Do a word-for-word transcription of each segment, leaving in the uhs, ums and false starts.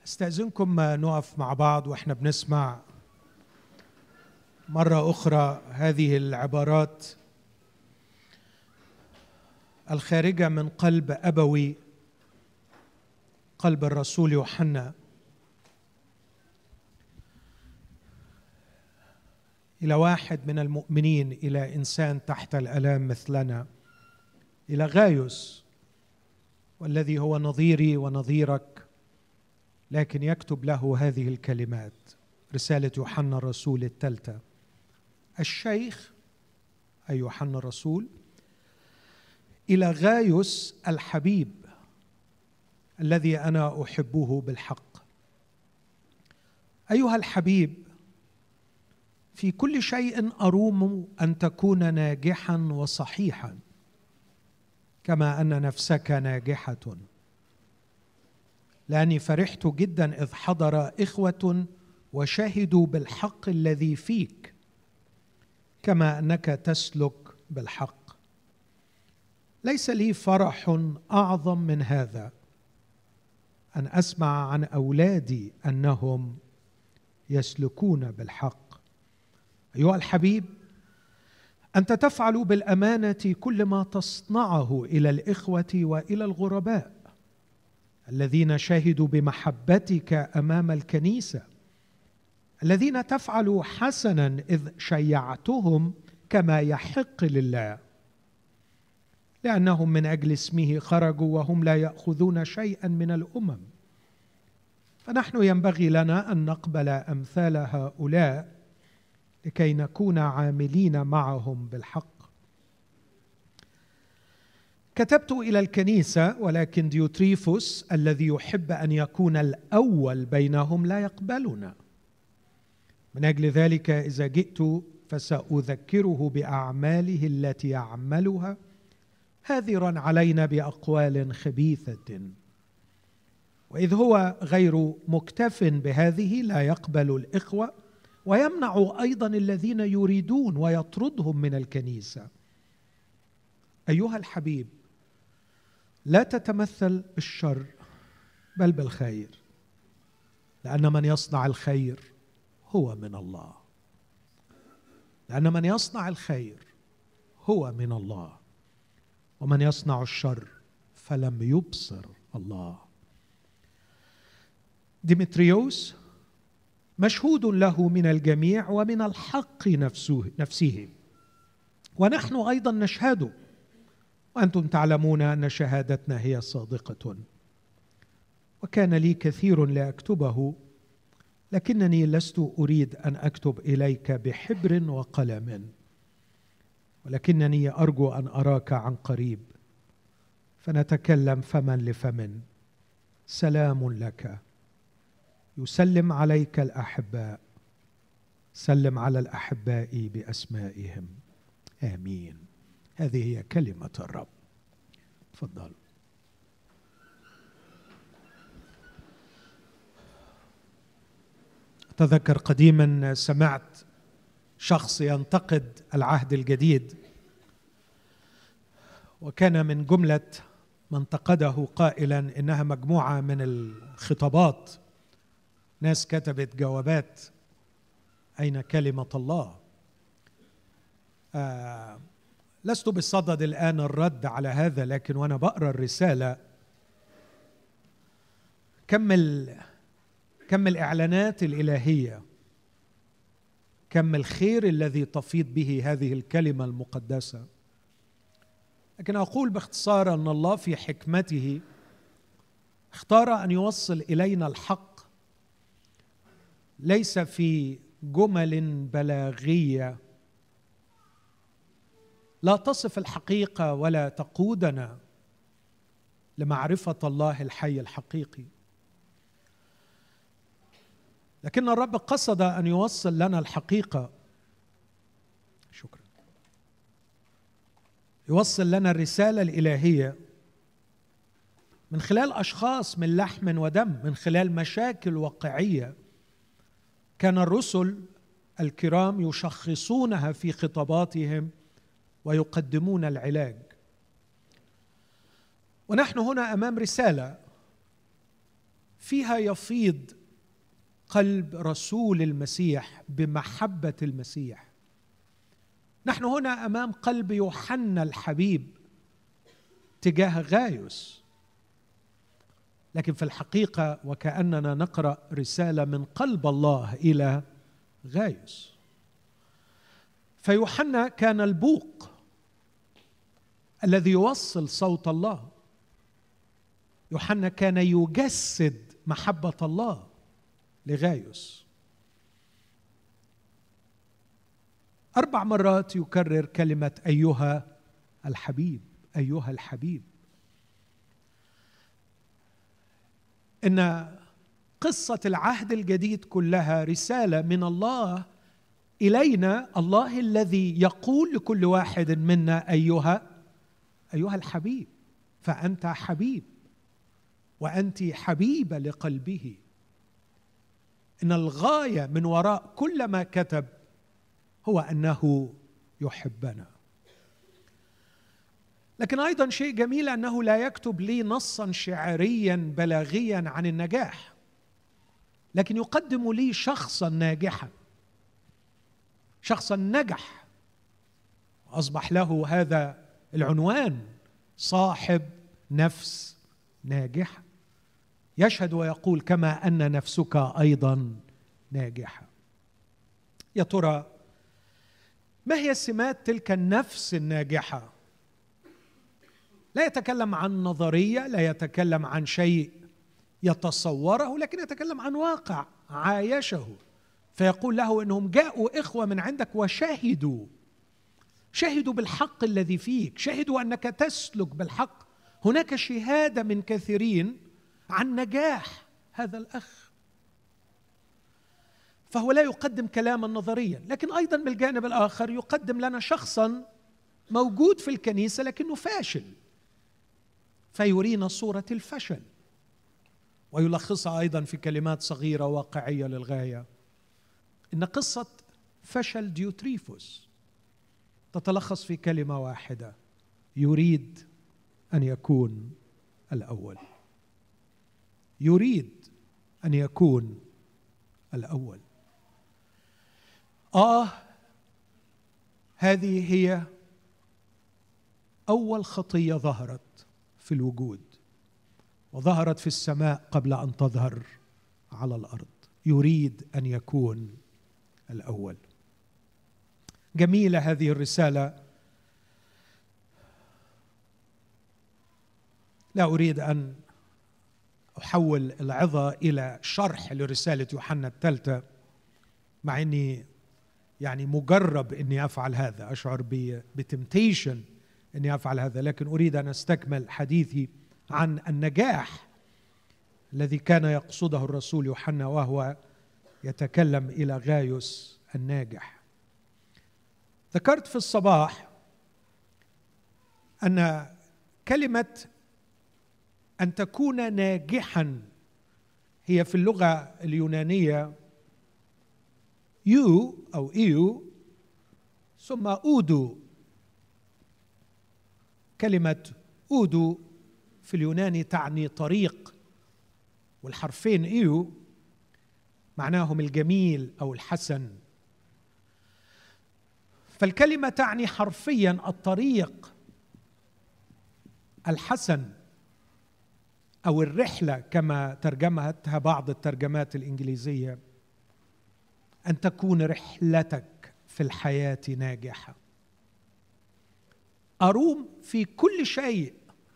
استأذنكم نقف مع بعض واحنا بنسمع مرة أخرى هذه العبارات الخارجة من قلب أبوي، قلب الرسول يوحنا، إلى واحد من المؤمنين، إلى إنسان تحت الآلام مثلنا، إلى غايوس والذي هو نظيري ونظيرك، لكن يكتب له هذه الكلمات. رسالة يوحنا الرسول الثالثة. الشيخ أي يوحنا الرسول إلى غايوس الحبيب الذي أنا أحبه بالحق. أيها الحبيب، في كل شيء أروم أن تكون ناجحا وصحيحا كما أن نفسك ناجحة، لأني فرحت جدا إذ حضر إخوة وشهدوا بالحق الذي فيك كما أنك تسلك بالحق. ليس لي فرح أعظم من هذا أن أسمع عن أولادي أنهم يسلكون بالحق. أيها الحبيب، أنت تفعل بالأمانة كل ما تصنعه إلى الإخوة وإلى الغرباء الذين شهدوا بمحبتك أمام الكنيسة، الذين تفعل حسنا إذ شيعتهم كما يحق لله، لأنهم من أجل اسمه خرجوا وهم لا يأخذون شيئا من الأمم. فنحن ينبغي لنا أن نقبل أمثال هؤلاء لكي نكون عاملين معهم بالحق. كتبت إلى الكنيسة، ولكن ديوتريفوس الذي يحب أن يكون الأول بينهم لا يقبلنا. من أجل ذلك إذا جئت فسأذكره بأعماله التي يعملها، هاذرا علينا بأقوال خبيثة. وإذ هو غير مكتف بهذه لا يقبل الإخوة، ويمنع أيضا الذين يريدون ويطردهم من الكنيسة. أيها الحبيب، لا تتمثل بالشر بل بالخير، لأن من يصنع الخير هو من الله. لأن من يصنع الخير هو من الله، ومن يصنع الشر فلم يبصر الله. ديمتريوس مشهود له من الجميع ومن الحق نفسه, نفسه ونحن أيضا نشهد، وأنتم تعلمون أن شهادتنا هي صادقة. وكان لي كثير لأكتبه، لكنني لست أريد أن أكتب إليك بحبر وقلم، ولكنني أرجو أن أراك عن قريب فنتكلم فما لفم. سلام لك، يسلم عليك الأحباء، سلم على الأحباء بأسمائهم. آمين. هذه هي كلمة الرب. تفضل. أتذكر قديما سمعت شخص ينتقد العهد الجديد، وكان من جملة من انتقده قائلا إنها مجموعة من الخطابات، ناس كتبت جوابات أين كلمة الله. آه لست بصدد الآن الرد على هذا، لكن وأنا بقرأ الرسالة كمل كم الإعلانات الإلهية، كم الخير الذي تفيض به هذه الكلمة المقدسة. لكن أقول باختصار أن الله في حكمته اختار أن يوصل إلينا الحق ليس في جمل بلاغية لا تصف الحقيقة ولا تقودنا لمعرفة الله الحي الحقيقي، لكن الرب قصد أن يوصل لنا الحقيقة. شكرا. يوصل لنا الرسالة الإلهية من خلال أشخاص من لحم ودم، من خلال مشاكل واقعية كان الرسل الكرام يشخصونها في خطاباتهم ويقدمون العلاج. ونحن هنا أمام رسالة فيها يفيض قلب رسول المسيح بمحبة المسيح. نحن هنا أمام قلب يوحنا الحبيب تجاه غايوس، لكن في الحقيقة وكأننا نقرأ رسالة من قلب الله إلى غايوس. فيوحنا كان البوق الذي يوصل صوت الله. يوحنا كان يجسد محبة الله لغايوس. أربع مرات يكرر كلمة أيها الحبيب، أيها الحبيب. إن قصة العهد الجديد كلها رسالة من الله إلينا، الله الذي يقول لكل واحد منا أيها أيها الحبيب. فأنت حبيب وأنت حبيبة لقلبه. إن الغاية من وراء كل ما كتب هو أنه يحبنا. لكن أيضا شيء جميل أنه لا يكتب لي نصا شعريا بلاغيا عن النجاح، لكن يقدم لي شخصا ناجحا، شخصا نجح وأصبح له هذا العنوان: صاحب نفس ناجحة، يشهد ويقول كما أن نفسك أيضا ناجحة. يا ترى ما هي سمات تلك النفس الناجحة؟ لا يتكلم عن نظرية، لا يتكلم عن شيء يتصوره، لكن يتكلم عن واقع عايشه. فيقول له إنهم جاءوا إخوة من عندك وشهدوا شهدوا بالحق الذي فيك، شهدوا أنك تسلك بالحق. هناك شهادة من كثيرين عن نجاح هذا الأخ. فهو لا يقدم كلاما نظريا، لكن أيضا من الجانب الآخر يقدم لنا شخصا موجود في الكنيسة لكنه فاشل، فيرينا صورة الفشل ويلخصها أيضا في كلمات صغيرة واقعية للغاية. إن قصة فشل ديوتريفوس تتلخص في كلمة واحدة: يريد أن يكون الأول. يريد أن يكون الأول. آه هذه هي أول خطية ظهرت في الوجود، وظهرت في السماء قبل أن تظهر على الأرض. يريد أن يكون الأول. جميلة هذه الرسالة. لا أريد أن أحول العظة إلى شرح لرسالة يوحنا الثالثة، مع أني يعني مجرب أني أفعل هذا، أشعر بتمتيشن أني أفعل هذا، لكن أريد أن أستكمل حديثي عن النجاح الذي كان يقصده الرسول يوحنا وهو يتكلم إلى غايوس الناجح. ذكرت في الصباح أن كلمة أن تكون ناجحا هي في اللغة اليونانية يو أو إيو ثم أودو. كلمة أودو في اليوناني تعني طريق، والحرفين إيو معناهم الجميل أو الحسن. فالكلمة تعني حرفيا الطريق الحسن أو الرحلة كما ترجمتها بعض الترجمات الإنجليزية. أن تكون رحلتك في الحياة ناجحة. أروم في كل شيء،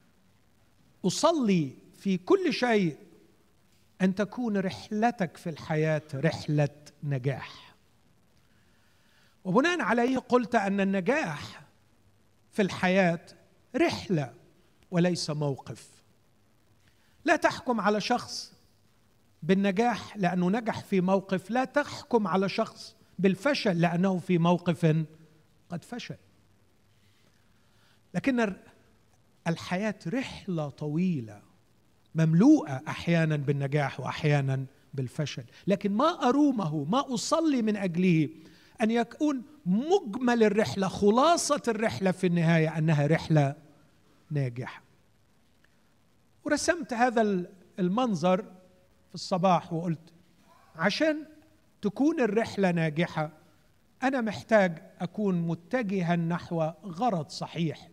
أصلي في كل شيء أن تكون رحلتك في الحياة رحلة نجاح. وبناء عليه قلت أن النجاح في الحياة رحلة وليس موقف. لا تحكم على شخص بالنجاح لأنه نجح في موقف، لا تحكم على شخص بالفشل لأنه في موقف قد فشل. لكن الحياة رحلة طويلة مملوءة أحيانا بالنجاح وأحيانا بالفشل، لكن ما أرومه، ما أصلي من أجله أن يكون مجمل الرحلة، خلاصة الرحلة في النهاية أنها رحلة ناجحة. ورسمت هذا المنظر الصباح وقلت عشان تكون الرحلة ناجحة أنا محتاج أكون متجها نحو غرض صحيح،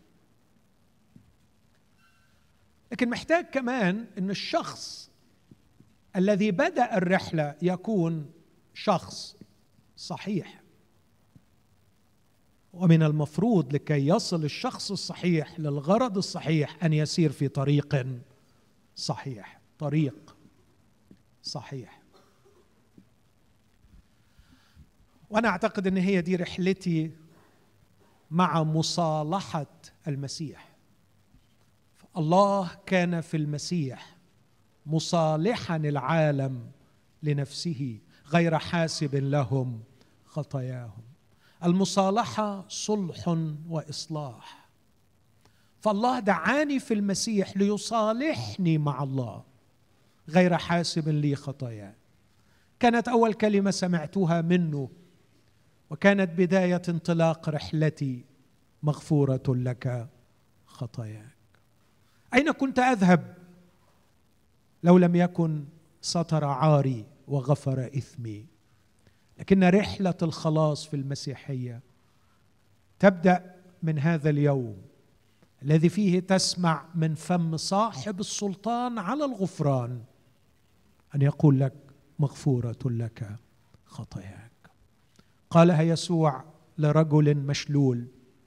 لكن محتاج كمان أن الشخص الذي بدأ الرحلة يكون شخص صحيح. ومن المفروض لكي يصل الشخص الصحيح للغرض الصحيح أن يسير في طريق صحيح، طريق صحيح. وأنا أعتقد أن هي دي رحلتي مع مصالحة المسيح. الله كان في المسيح مصالحا العالم لنفسه غير حاسب لهم خطاياهم. المصالحة صلح وإصلاح، فالله دعاني في المسيح ليصالحني مع الله غير حاسب لي خطاياي. كانت أول كلمة سمعتها منه وكانت بداية انطلاق رحلتي: مغفورة لك خطاياك. أين كنت أذهب لو لم يكن ستر عاري وغفر إثمي؟ لكن رحلة الخلاص في المسيحية تبدأ من هذا اليوم الذي فيه تسمع من فم صاحب السلطان على الغفران أن يقول لك: مغفورة لك خطاياك. قالها يسوع لرجل مشلول،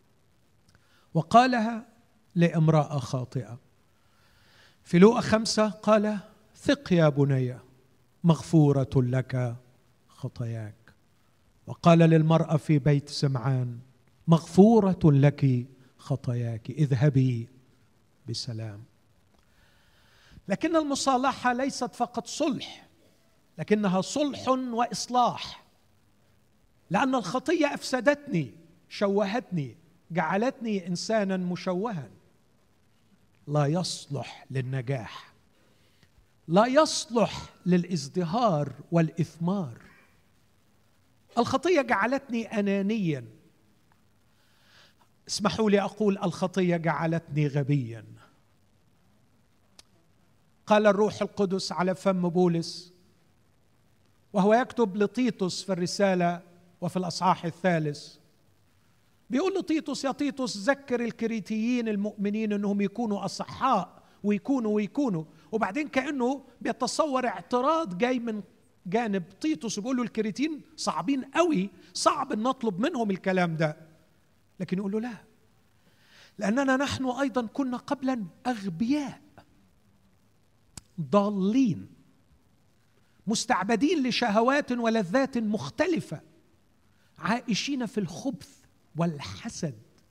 وقالها لامرأة خاطئة. في لوقا خمسة قال: ثق يا بني مغفورة لك خطاياك. وقال للمرأة في بيت سمعان: مغفورة لك خطاياك، اذهبي بسلام. لكن المصالحة ليست فقط صلح، لكنها صلح وإصلاح، لأن الخطية أفسدتني، شوهتني، جعلتني إنسانا مشوها لا يصلح للنجاح، لا يصلح للازدهار والإثمار. الخطية جعلتني أنانيا، اسمحوا لي أقول الخطية جعلتني غبيا. قال الروح القدس على فم بولس وهو يكتب لطيطس في الرسالة وفي الأصحاح الثالث، بيقول لطيطس: يا طيطس ذكر الكريتيين المؤمنين أنهم يكونوا أصحاء ويكونوا ويكونوا. وبعدين كأنه بيتصور اعتراض جاي من جانب طيطس، بيقول له الكريتيين صعبين قوي، صعب أن نطلب منهم الكلام ده. لكن يقول له لا، لأننا نحن أيضا كنا قبلا أغبياء ضالين مستعبدين لشهوات ولذات مختلفة، عائشين في الخبث والحسد،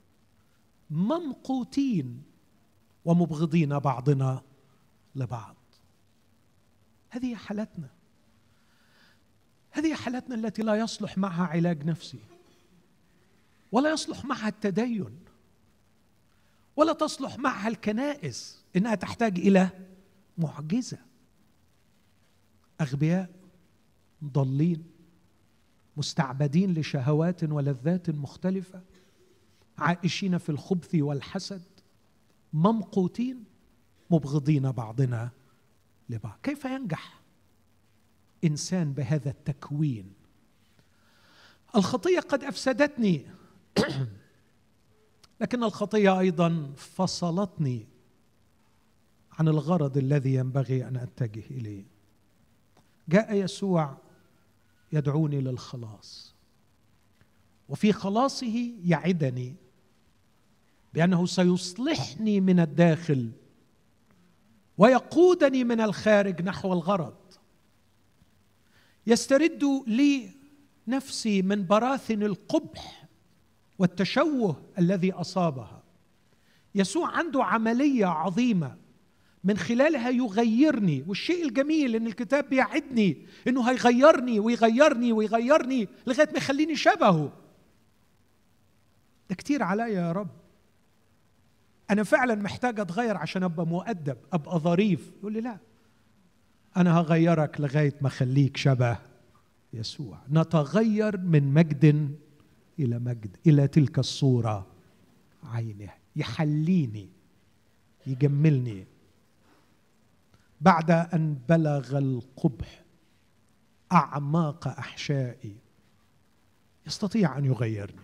ممقوتين ومبغضين بعضنا لبعض. هذه حالتنا، هذه حالتنا التي لا يصلح معها علاج نفسي، ولا يصلح معها التدين، ولا تصلح معها الكنائس، إنها تحتاج إلى معجزة. أغبياء ضالين مستعبدين لشهوات ولذات مختلفة، عائشين في الخبث والحسد، ممقوتين مبغضين بعضنا لبعض. كيف ينجح إنسان بهذا التكوين؟ الخطية قد أفسدتني لكن الخطية أيضا فصلتني عن الغرض الذي ينبغي أن أتجه إليه. جاء يسوع يدعوني للخلاص، وفي خلاصه يعدني بأنه سيصلحني من الداخل ويقودني من الخارج نحو الغرض. يسترد لي نفسي من براثن القبح والتشوه الذي أصابها. يسوع عنده عملية عظيمة من خلالها يغيرني، والشيء الجميل إن الكتاب بيعدني إنه هيغيرني ويغيرني ويغيرني لغاية ما يخليني شبهه. ده كتير عليا يا رب، أنا فعلا محتاج أتغير عشان أبقى مؤدب، أبقى ظريف. يقول لي لا، أنا هغيرك لغاية ما أخليك شبه يسوع. نتغير من مجد إلى مجد، إلى تلك الصورة عينه. يحليني، يجملني. بعد أن بلغ القبح أعماق أحشائي يستطيع أن يغيرني.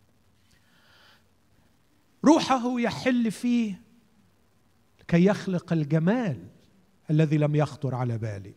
روحه يحل فيه كي يخلق الجمال الذي لم يخطر على بالي.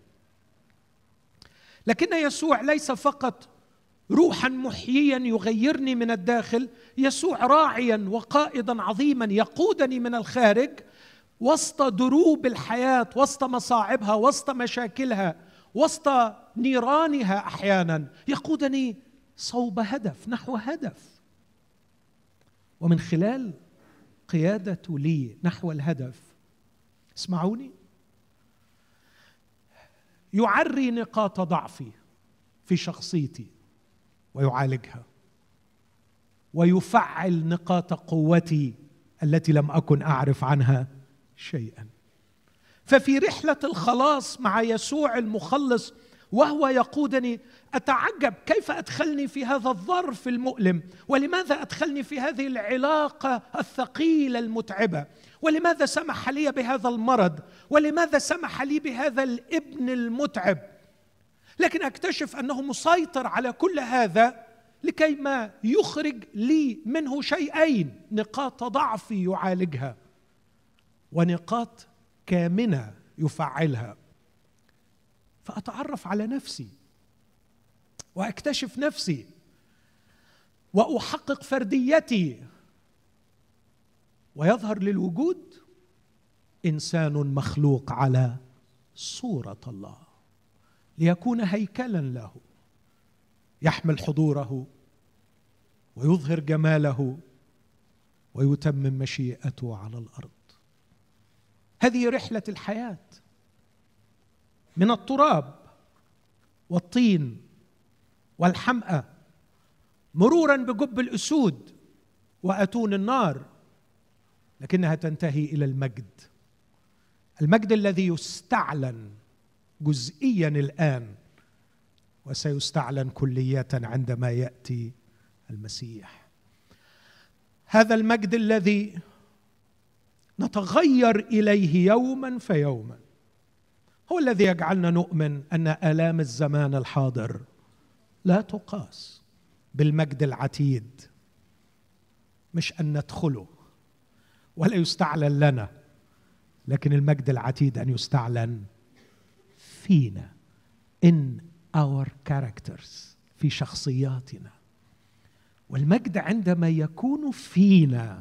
لكن يسوع ليس فقط روحا محييا يغيرني من الداخل، يسوع راعيا وقائدا عظيما يقودني من الخارج وسط دروب الحياة، وسط مصاعبها، وسط مشاكلها، وسط نيرانها أحيانا، يقودني صوب هدف، نحو هدف. ومن خلال قيادته لي نحو الهدف، اسمعوني، يعري نقاط ضعفي في شخصيتي ويعالجها، ويفعل نقاط قوتي التي لم أكن أعرف عنها شيئا. ففي رحلة الخلاص مع يسوع المخلص وهو يقودني، أتعجب كيف أدخلني في هذا الظرف المؤلم، ولماذا أدخلني في هذه العلاقة الثقيلة المتعبة، ولماذا سمح لي بهذا المرض، ولماذا سمح لي بهذا الابن المتعب. لكن أكتشف أنه مسيطر على كل هذا لكي ما يخرج لي منه شيئين: نقاط ضعفي يعالجها، ونقاط كامنة يفعلها. فأتعرف على نفسي وأكتشف نفسي وأحقق فرديتي، ويظهر للوجود إنسان مخلوق على صورة الله ليكون هيكلا له، يحمل حضوره ويظهر جماله ويتمم مشيئته على الأرض. هذه رحلة الحياة، من التراب والطين والحمأة، مرورا بجب الأسود وأتون النار، لكنها تنتهي إلى المجد، المجد الذي يستعلن جزئيا الآن وسيستعلن كلية عندما يأتي المسيح. هذا المجد الذي نتغير إليه يوما فيوما هو الذي يجعلنا نؤمن أن آلام الزمان الحاضر لا تقاس بالمجد العتيد، مش أن ندخله ولا يستعلن لنا، لكن المجد العتيد أن يستعلن فينا، in our characters، في شخصياتنا. والمجد عندما يكون فينا،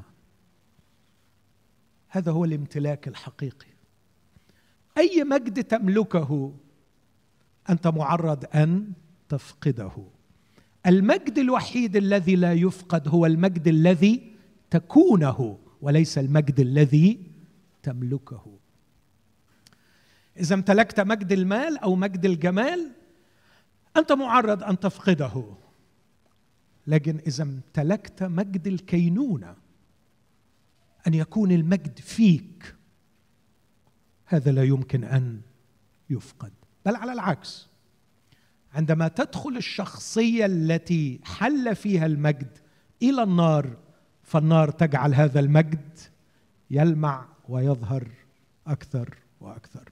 هذا هو الامتلاك الحقيقي. أي مجد تملكه أنت معرض أن تفقده. المجد الوحيد الذي لا يفقد هو المجد الذي تكونه، وليس المجد الذي تملكه. إذا امتلكت مجد المال أو مجد الجمال أنت معرض أن تفقده، لكن إذا امتلكت مجد الكينونة، أن يكون المجد فيك، هذا لا يمكن أن يفقد. بل على العكس، عندما تدخل الشخصية التي حل فيها المجد إلى النار، فالنار تجعل هذا المجد يلمع ويظهر أكثر وأكثر.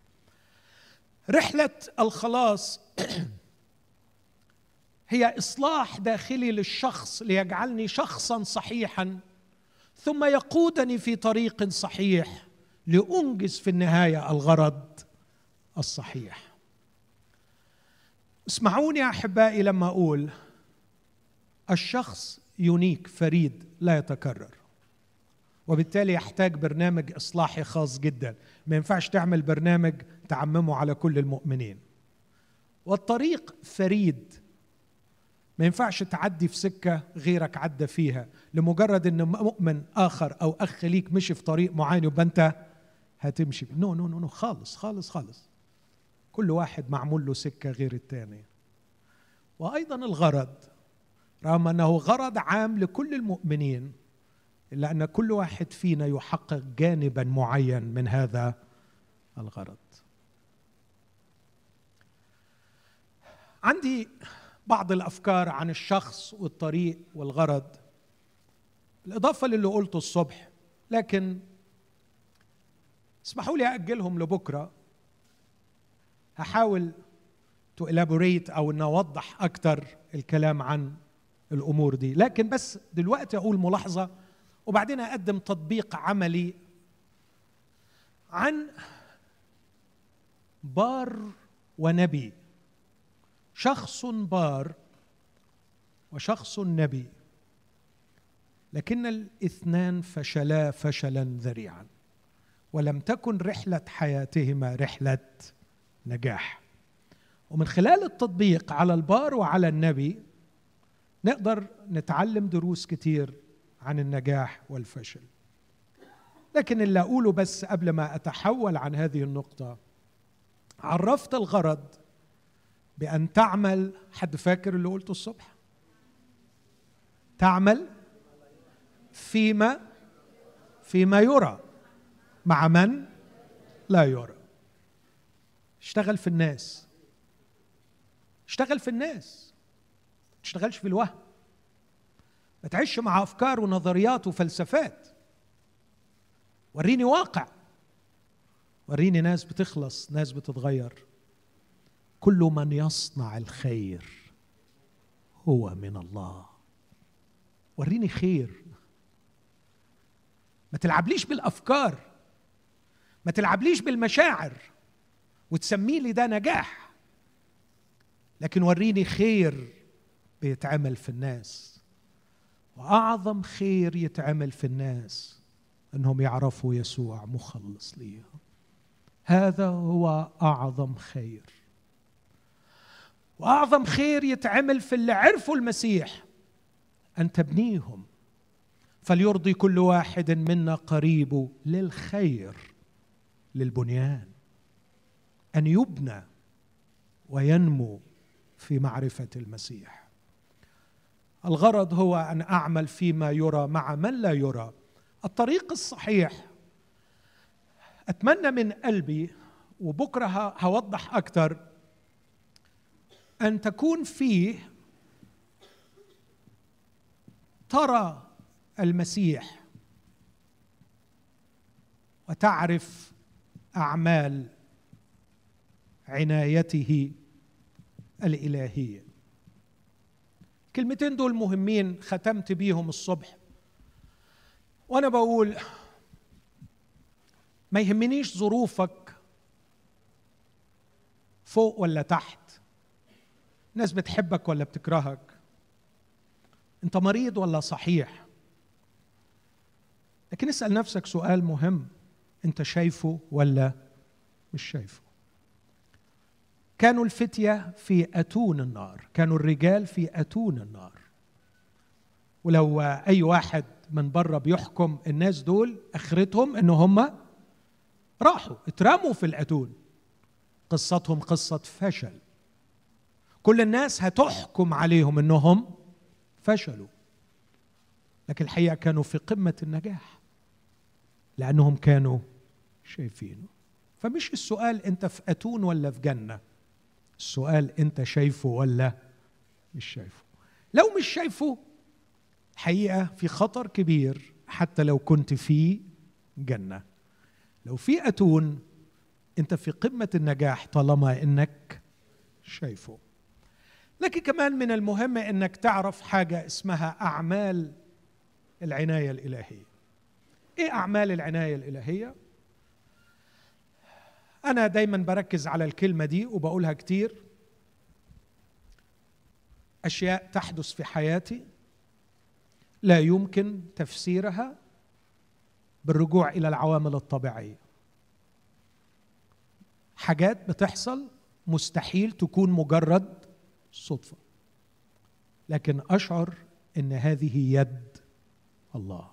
رحلة الخلاص هي إصلاح داخلي للشخص ليجعلني شخصا صحيحا، ثم يقودني في طريق صحيح لأنجز في النهاية الغرض الصحيح. اسمعوني يا أحبائي لما أقول الشخص يونيك، فريد، لا يتكرر، وبالتالي يحتاج برنامج إصلاحي خاص جدا. ما ينفعش تعمل برنامج تعممه على كل المؤمنين. والطريق فريد، ما ينفعش تعدي في سكة غيرك عدى فيها لمجرد أن مؤمن آخر أو أخ ليك مشي في طريق معين يبقى أنت هتمشي. نو نو نو خالص خالص خالص. كل واحد معمول له سكة غير التاني. وأيضا الغرض، رغم أنه غرض عام لكل المؤمنين، إلا أن كل واحد فينا يحقق جانبا معين من هذا الغرض. عندي بعض الأفكار عن الشخص والطريق والغرض، بالإضافة للي قلته الصبح، لكن اسمحوا لي أأجلهم لبكرة هحاول to elaborate أو أن أوضح أكتر الكلام عن الأمور دي، لكن بس دلوقتي أقول ملاحظة وبعدين أقدم تطبيق عملي عن بار ونبي، شخص بار وشخص نبي، لكن الاثنان فشلا فشلا ذريعا، ولم تكن رحلة حياتهما رحلة نجاح. ومن خلال التطبيق على البار وعلى النبي نقدر نتعلم دروس كتير عن النجاح والفشل. لكن اللي أقوله بس قبل ما أتحول عن هذه النقطة، عرفت الغرض بأن تعمل، حد فاكر اللي قلته الصبح؟ تعمل فيما فيما يرى مع من لا يرى. اشتغل في الناس، اشتغل في الناس، ما تشتغلش في الوهم، ما تعيش مع أفكار ونظريات وفلسفات. وريني واقع، وريني ناس بتخلص، ناس بتتغير. كل من يصنع الخير هو من الله. وريني خير، ما تلعبليش بالأفكار، ما تلعبليش بالمشاعر وتسمي لي ده نجاح، لكن وريني خير بيتعمل في الناس. وأعظم خير يتعمل في الناس أنهم يعرفوا يسوع مخلص ليهم. هذا هو أعظم خير. وأعظم خير يتعمل في اللي عرفوا المسيح أن تبنيهم، فليرضي كل واحد منا قريبه للخير، للبنيان، أن يبنى وينمو في معرفة المسيح. الغرض هو أن أعمل فيما يرى مع من لا يرى. الطريق الصحيح، أتمنى من قلبي وبكرة هوضح أكتر، أن تكون فيه ترى المسيح وتعرف أعمال عنايته الإلهية. كلمتين دول مهمين ختمت بيهم الصبح، وأنا بقول ما يهمنيش ظروفك فوق ولا تحت، ناس بتحبك ولا بتكرهك، أنت مريض ولا صحيح، لكن اسأل نفسك سؤال مهم، أنت شايفه ولا مش شايفه؟ كانوا الفتية في أتون النار، كانوا الرجال في أتون النار، ولو أي واحد من بره بيحكم الناس دول آخرتهم إن هم راحوا اترموا في الأتون. قصتهم قصة فشل، كل الناس هتحكم عليهم إنهم فشلوا، لكن الحقيقة كانوا في قمة النجاح لأنهم كانوا شايفينه. فمش السؤال أنت في أتون ولا في جنة، السؤال أنت شايفه ولا مش شايفه. لو مش شايفه حقيقة في خطر كبير، حتى لو كنت في جنة. لو في أتون أنت في قمة النجاح طالما أنك شايفه. لكن كمان من المهم أنك تعرف حاجة اسمها أعمال العناية الإلهية. إيه أعمال العناية الإلهية؟ أنا دايما بركز على الكلمة دي وبقولها كتير. أشياء تحدث في حياتي لا يمكن تفسيرها بالرجوع إلى العوامل الطبيعية. حاجات بتحصل مستحيل تكون مجرد صدفة، لكن أشعر إن هذه يد الله.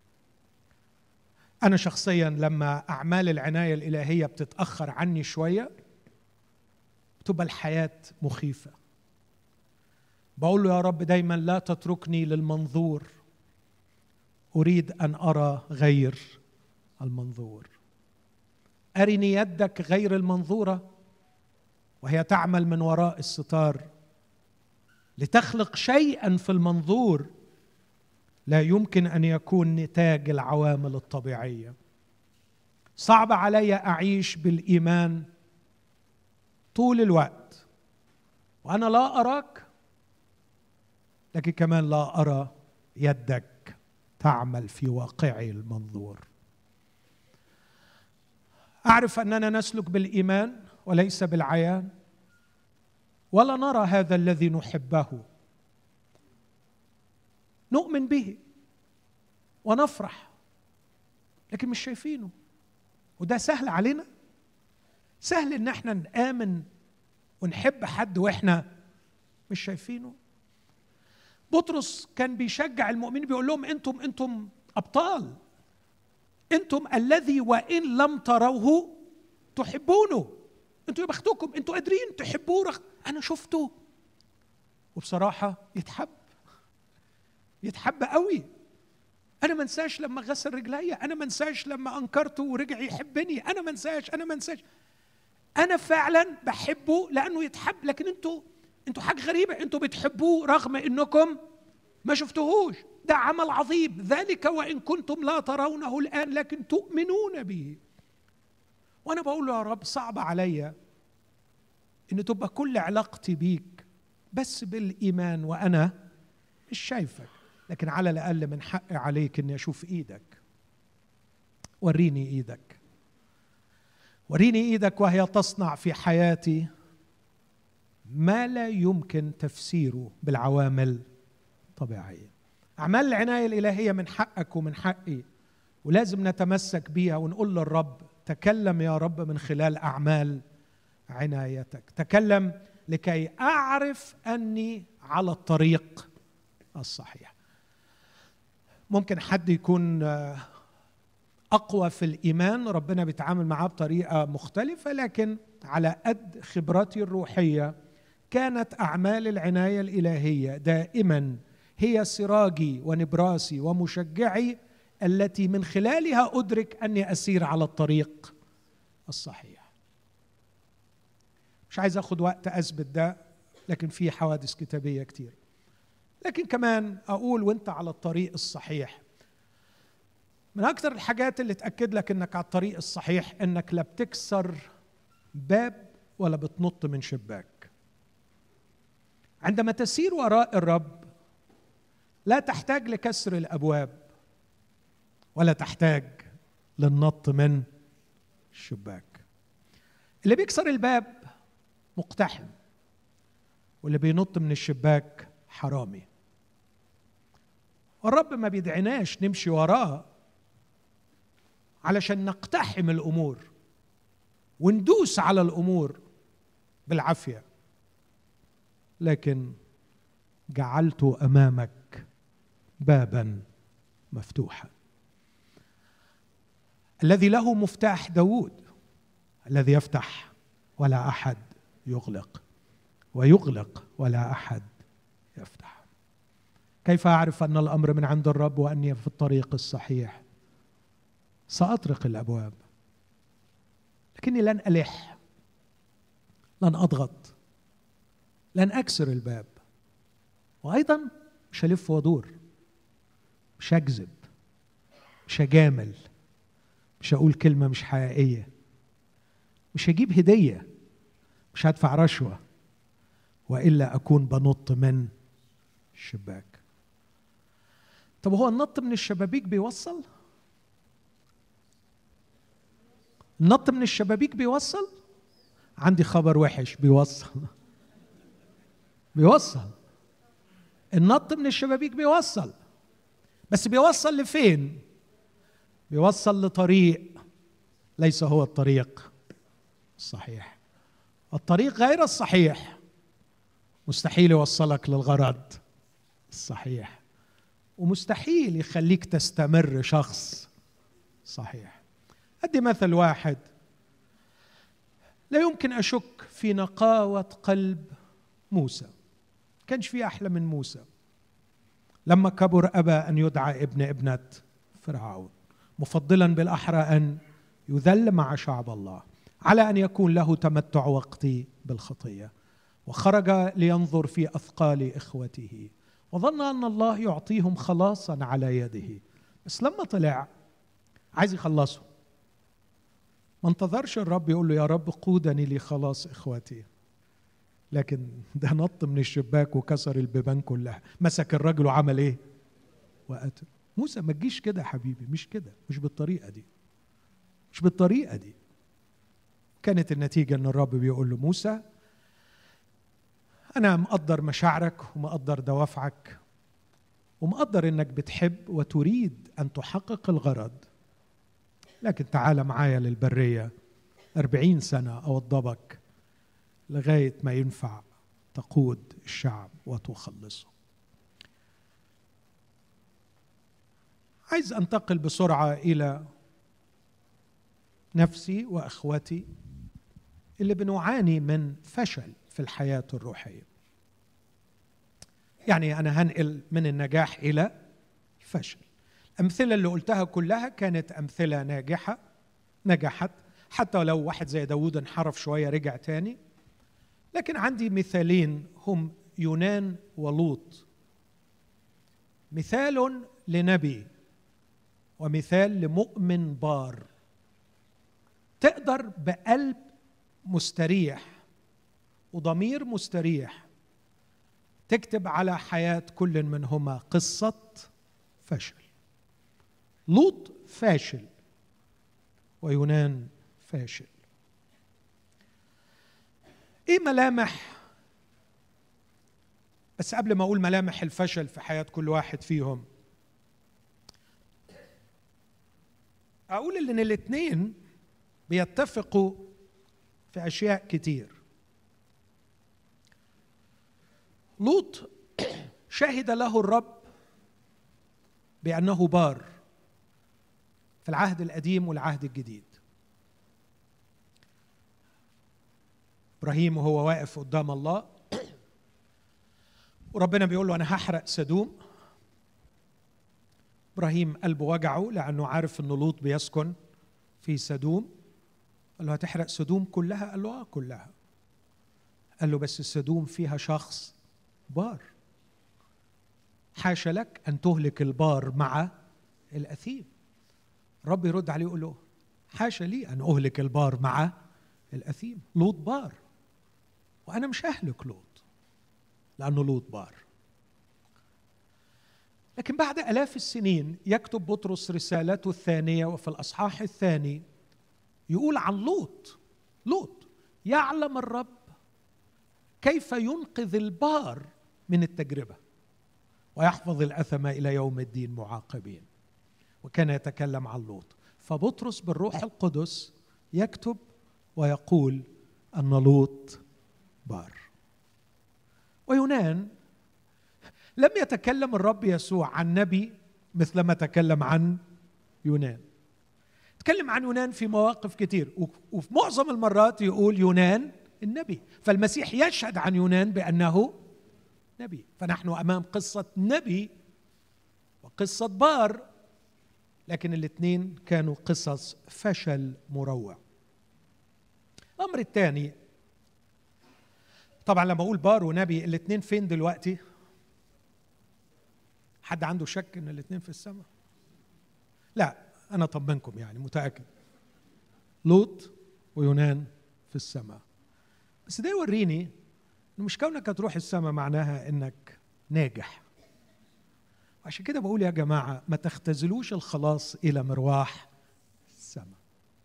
أنا شخصياً لما أعمال العناية الإلهية بتتأخر عني شوية تبقى الحياة مخيفة. بقول له يا رب دايماً لا تتركني للمنظور، أريد أن أرى غير المنظور. أرني يدك غير المنظورة وهي تعمل من وراء الستار لتخلق شيئاً في المنظور لا يمكن أن يكون نتاج العوامل الطبيعية. صعب علي أعيش بالإيمان طول الوقت، وأنا لا أراك، لكن كمان لا أرى يدك تعمل في واقعي المنظور. أعرف أننا نسلك بالإيمان وليس بالعيان، ولا نرى هذا الذي نحبه، نؤمن به ونفرح، لكن مش شايفينه. وده سهل علينا، سهل ان احنا نآمن ونحب حد واحنا مش شايفينه. بطرس كان بيشجع المؤمنين، بيقول لهم انتم انتم ابطال، انتم الذي وان لم تروه تحبونه. انتوا يا بختكم، انتوا قادرين تحبوه رغ... انا شفته، وبصراحه يتحب يتحب قوي. انا ما انساش لما غسل رجليا، انا ما انساش لما انكرته ورجع يحبني، انا ما انساش انا ما انساش انا فعلا بحبه لانه يتحب. لكن انتوا انتوا حاجه غريبه، انتوا بتحبوه رغم انكم ما شفتوهوش. ده عمل عظيم، ذلك وان كنتم لا ترونه الان لكن تؤمنون به. وانا بقول له يا رب صعب عليا ان تبقى كل علاقتي بيك بس بالايمان وانا مش شايفك، لكن على الاقل من حقي عليك اني اشوف ايدك. وريني ايدك، وريني ايدك وهي تصنع في حياتي ما لا يمكن تفسيره بالعوامل الطبيعيه. اعمال العنايه الالهيه من حقك ومن حقي، ولازم نتمسك بيها ونقول للرب تكلم يا رب من خلال اعمال عنايتك، تكلم لكي اعرف اني على الطريق الصحيح. ممكن حد يكون أقوى في الإيمان، ربنا بيتعامل معاه بطريقة مختلفة، لكن على قد خبرتي الروحية كانت أعمال العناية الإلهية دائما هي سراجي ونبراسي ومشجعي، التي من خلالها أدرك أني أسير على الطريق الصحيح. مش عايز أخذ وقت أثبت ده، لكن في حوادث كتابية كتير. لكن كمان أقول وأنت على الطريق الصحيح، من أكثر الحاجات اللي تأكد لك أنك على الطريق الصحيح أنك لا بتكسر باب ولا بتنط من شباك. عندما تسير وراء الرب لا تحتاج لكسر الأبواب ولا تحتاج للنط من الشباك. اللي بيكسر الباب مقتحم، واللي بينط من الشباك حرامي. والرب ما بيدعناش نمشي وراه علشان نقتحم الأمور وندوس على الأمور بالعافية، لكن جعلت أمامك بابا مفتوحا. الذي له مفتاح داود، الذي يفتح ولا أحد يغلق، ويغلق ولا أحد يفتح. كيف أعرف أن الأمر من عند الرب وأني في الطريق الصحيح؟ سأطرق الأبواب، لكني لن ألح، لن أضغط، لن أكسر الباب، وأيضا مش هلف وادور، مش هكذب، مش هجامل، مش هقول كلمة مش حقيقية، مش هجيب هدية، مش هدفع رشوة، وإلا أكون بنط من الشباك. طب هو النط من الشبابيك بيوصل؟ النط من الشبابيك بيوصل؟ عندي خبر وحش، بيوصل بيوصل النط من الشبابيك بيوصل، بس بيوصل لفين؟ بيوصل لطريق ليس هو الطريق الصحيح. الطريق غير الصحيح مستحيل يوصلك للغرض الصحيح، ومستحيل يخليك تستمر شخص صحيح. أدي مثل واحد لا يمكن أشك في نقاوة قلب موسى، كانش في أحلى من موسى. لما كبر أبى أن يدعى ابن ابنة فرعون، مفضلا بالأحرى أن يذل مع شعب الله على أن يكون له تمتع وقتي بالخطية. وخرج لينظر في أثقال إخوته وظن أن الله يعطيهم خلاصا على يده، بس لما طلع عايز يخلصه، ما انتظرش الرب يقول له يا رب قودني لخلاص إخوتي، لكن ده نط من الشباك وكسر البيبان كلها، مسك الرجل وعمل إيه؟ وقتل. موسى ما تجيش كده يا حبيبي، مش كده، مش بالطريقة دي، مش بالطريقة دي. كانت النتيجة أن الرب بيقول له موسى أنا مقدر مشاعرك ومقدر دوافعك ومقدر أنك بتحب وتريد أن تحقق الغرض، لكن تعال معايا للبرية أربعين سنة أوضبك لغاية ما ينفع تقود الشعب وتخلصه. عايز أنتقل بسرعة إلى نفسي وأخوتي اللي بنعاني من فشل في الحياة الروحية. يعني أنا هنقل من النجاح إلى الفشل. الأمثلة اللي قلتها كلها كانت أمثلة ناجحة نجحت، حتى لو واحد زي داود انحرف شوية رجع تاني. لكن عندي مثالين هم يونان ولوط، مثال لنبي ومثال لمؤمن بار. تقدر بقلب مستريح وضمير مستريح تكتب على حياة كل منهما قصة فشل. لوط فاشل ويونان فاشل. ايه ملامح، بس قبل ما اقول ملامح الفشل في حياة كل واحد فيهم اقول ان الاثنين بيتفقوا في اشياء كتير. لوط شهد له الرب بأنه بار في العهد القديم والعهد الجديد. إبراهيم وهو واقف قدام الله وربنا بيقول له أنا هحرق سدوم. إبراهيم قلبه وجعه لأنه عارف أن لوط بيسكن في سدوم. قال له هتحرق سدوم كلها؟ قال له آه كلها. قال له بس السدوم فيها شخص بار، حاشا لك أن تهلك البار مع الأثيم. رب يرد عليه يقول له حاشا لي أن أهلك البار مع الأثيم. لوط بار وأنا مش ههلك لوط لأنه لوط بار. لكن بعد آلاف السنين يكتب بطرس رسالته الثانية وفي الأصحاح الثاني يقول عن لوط: لوط يعلم الرب كيف ينقذ البار من التجربة ويحفظ الأثم إلى يوم الدين معاقبين. وكان يتكلم عن لوط. فبطرس بالروح القدس يكتب ويقول أن لوط بار. ويونان لم يتكلم الرب يسوع عن نبي مثلما تكلم عن يونان. تكلم عن يونان في مواقف كتير وفي معظم المرات يقول يونان النبي. فالمسيح يشهد عن يونان بأنه نبي. فنحن أمام قصة نبي وقصة بار، لكن الاثنين كانوا قصص فشل مروع. الأمر الثاني، طبعا لما أقول بار ونبي الاثنين فين دلوقتي؟ حد عنده شك ان الاثنين في السماء؟ لا، أنا طمنكم يعني متأكد لوط ويونان في السماء. بس ده يوريني إنه مش كونك تروح السماء معناها إنك ناجح. وعشان كده بقول يا جماعة ما تختزلوش الخلاص إلى مروح السماء.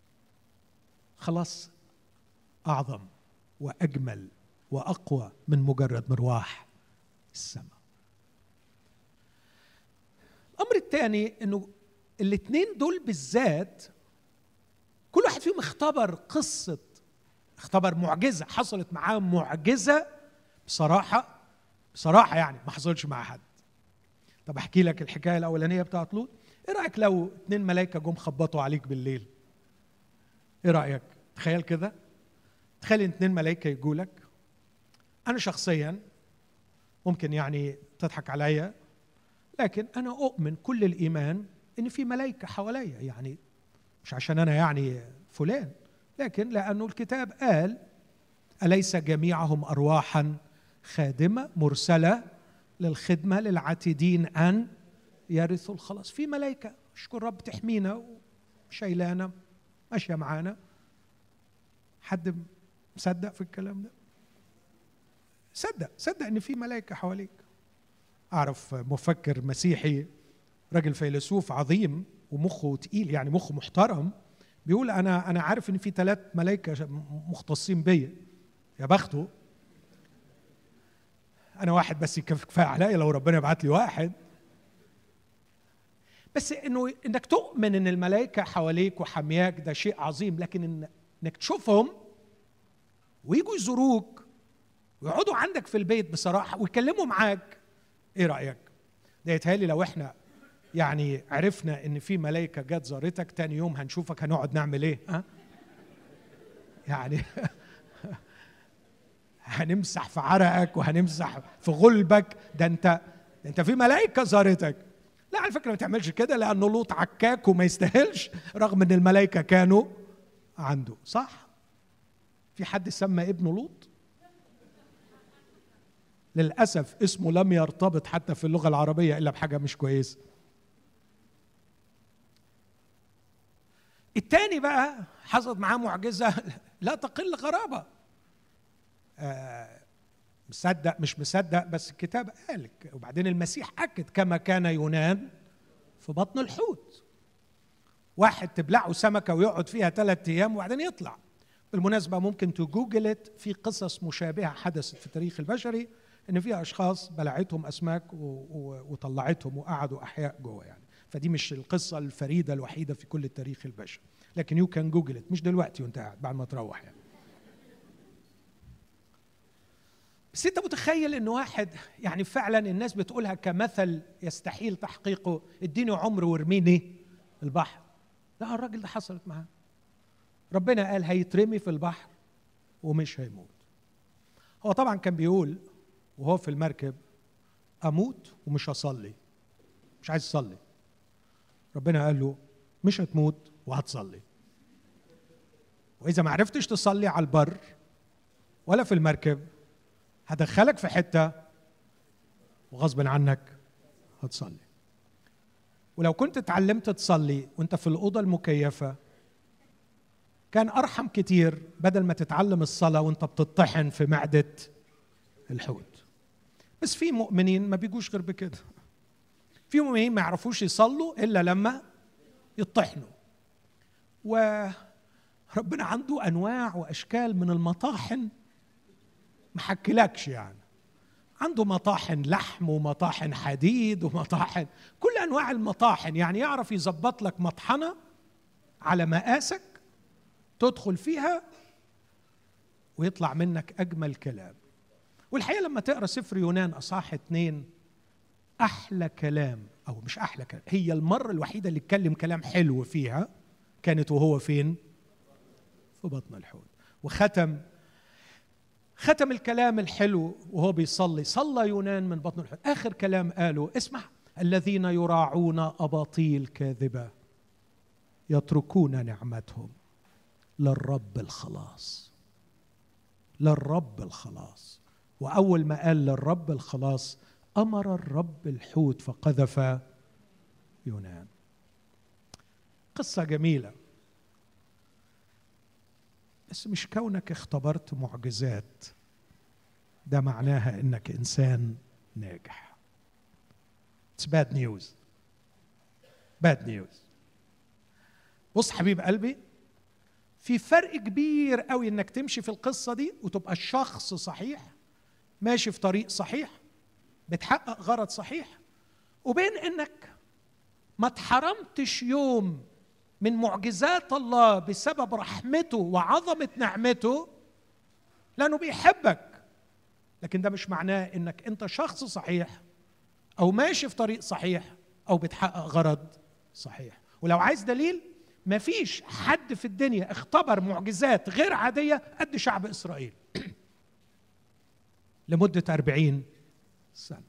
خلاص أعظم وأجمل وأقوى من مجرد مروح السماء. الأمر الثاني إنه الاثنين دول بالذات كل واحد فيهم اختبر قصة، اختبر معجزة حصلت معاه، معجزة بصراحة بصراحة يعني ما حصلش مع حد. طب احكي لك الحكاية الأولانية بتاعت لوط. ايه رأيك لو اتنين ملايكة جم خبطوا عليك بالليل؟ ايه رأيك؟ تخيل كده، تخيل ان اتنين ملايكة يجوا لك. أنا شخصيا ممكن يعني تضحك عليا، لكن أنا أؤمن كل الإيمان إن في ملايكة حواليا، يعني مش عشان أنا يعني فلان، لكن لأنه الكتاب قال أليس جميعهم أرواحا خادمة مرسلة للخدمة للعاتدين أن يرثوا الخلاص. في ملائكة اشكر رب تحمينا وشيلانا ماشية معانا، حد مصدق في الكلام ده؟ صدق صدق ان في ملائكه حواليك. اعرف مفكر مسيحي، راجل فيلسوف عظيم ومخه تقيل، يعني مخه محترم، بيقول انا انا عارف ان في ثلاث ملائكه مختصين بيا، يا بخته. انا واحد بس كفايه عليا، لو ربنا يبعت لي واحد. بس انه انك تؤمن ان الملائكه حواليك وحمياك ده شيء عظيم، لكن إن انك تشوفهم ويجوا يزوروك ويقعدوا عندك في البيت بصراحه ويكلموا معاك، ايه رايك؟ ده يتهيألي لو احنا يعني عرفنا ان في ملائكه جت زارتك، تاني يوم هنشوفك هنقعد نعمل ايه؟ ها؟ يعني هنمسح في عرقك وهنمسح في غلبك. ده انت ده انت في ملائكه زارتك. لا على فكره ما تعملش كده، لان لوط عكاك وما يستاهلش، رغم ان الملائكه كانوا عنده. صح؟ في حد سمى ابنه لوط؟ للاسف اسمه لم يرتبط حتى في اللغه العربيه الا بحاجه مش كويسه. التاني بقى حصلت معاه معجزه لا تقل غرابه. آه مصدق مش مصدق، بس الكتاب قال. وبعدين المسيح اكد كما كان يونان في بطن الحوت. واحد تبلعه سمكه ويقعد فيها ثلاث ايام وبعدين يطلع. بالمناسبه ممكن تجوجلت، في قصص مشابهه حدثت في التاريخ البشري، ان في اشخاص بلعتهم اسماك وطلعتهم وقعدوا احياء جوه يعني. فدي مش القصه الفريده الوحيده في كل التاريخ البشري، لكن يو كان جوجلت، مش دلوقتي وانت قاعد، بعد ما تروح يعني. بس انت متخيل ان واحد يعني فعلا الناس بتقولها كمثل يستحيل تحقيقه، اديني عمر وارميني البحر. لا الراجل ده حصلت معاه. ربنا قال هيترمي في البحر ومش هيموت. هو طبعا كان بيقول وهو في المركب اموت ومش هصلي، مش عايز اصلي. ربنا قال له مش هتموت وهتصلي، واذا ما عرفتش تصلي على البر ولا في المركب هدخلك في حته وغصب عنك هتصلي. ولو كنت اتعلمت تصلي وانت في الاوضه المكيفه كان ارحم كتير، بدل ما تتعلم الصلاه وانت بتطحن في معده الحوت. بس في مؤمنين ما بيجوش غير بكده. في مؤمنين ما يعرفوش يصلوا الا لما يطحنوا. وربنا عنده انواع واشكال من المطاحن ما حكلكش يعني. عنده مطاحن لحم ومطاحن حديد ومطاحن، كل انواع المطاحن. يعني يعرف يظبط لك مطحنه على مقاسك تدخل فيها ويطلع منك اجمل كلام. والحقيقه لما تقرا سفر يونان اصحاح اتنين، احلى كلام، او مش احلى كلام، هي المره الوحيده اللي اتكلم كلام حلو فيها كانت وهو فين؟ في بطن الحوت. وختم ختم الكلام الحلو وهو بيصلي. صلى يونان من بطن الحوت. اخر كلام قاله اسمع: الذين يراعون اباطيل كاذبه يتركون نعمتهم للرب الخلاص. للرب الخلاص. واول ما قال للرب الخلاص امر الرب الحوت فقذف يونان. قصه جميله. بس مش كونك اختبرت معجزات ده معناها انك انسان ناجح. It's bad news. bad news. بص حبيب قلبي، في فرق كبير قوي انك تمشي في القصة دي وتبقى الشخص صحيح ماشي في طريق صحيح بتحقق غرض صحيح، وبين انك ما اتحرمتش يوم من معجزات الله بسبب رحمته وعظمة نعمته لأنه بيحبك. لكن ده مش معناه إنك أنت شخص صحيح أو ماشي في طريق صحيح أو بتحقق غرض صحيح. ولو عايز دليل، مفيش حد في الدنيا اختبر معجزات غير عادية قد شعب إسرائيل لمدة أربعين سنة.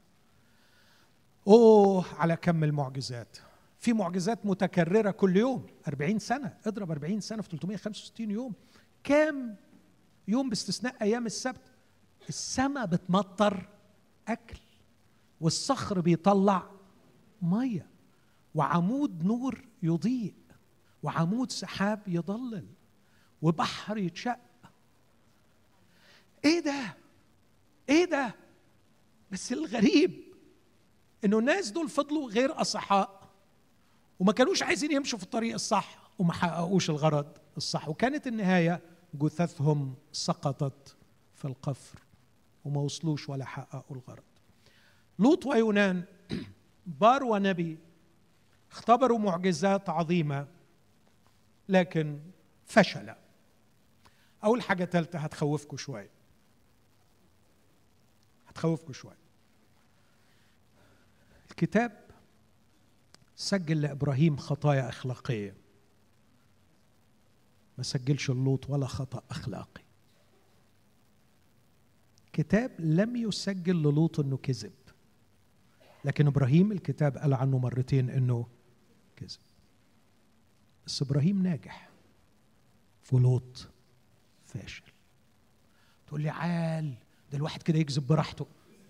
أوه على كم المعجزات. في معجزات متكررة كل يوم. أربعين سنة، اضرب أربعين سنة في ثلاثمائة وخمسة وستين يوم. كام يوم باستثناء أيام السبت السماء بتمطر أكل، والصخر بيطلع مية، وعمود نور يضيء، وعمود سحاب يضلل، وبحر يتشق، ايه ده ايه ده بس الغريب انه الناس دول فضلوا غير اصحاء وما كانوش عايزين يمشوا في الطريق الصح وما حققوش الغرض الصح، وكانت النهايه جثثهم سقطت في القفر وما وصلوش ولا حققوا الغرض. لوط ويونان بار ونبي اختبروا معجزات عظيمه لكن فشل. اول حاجه ثالثه هتخوفكم شويه هتخوفكم شويه الكتاب سجل لابراهيم خطايا اخلاقيه، ما سجلش اللوط ولا خطا اخلاقي. كتاب لم يسجل للوط انه كذب، لكن ابراهيم الكتاب قال عنه مرتين انه كذب. بس ابراهيم ناجح ولوط فاشل. تقول لي عال ده الواحد كده يكذب براحته.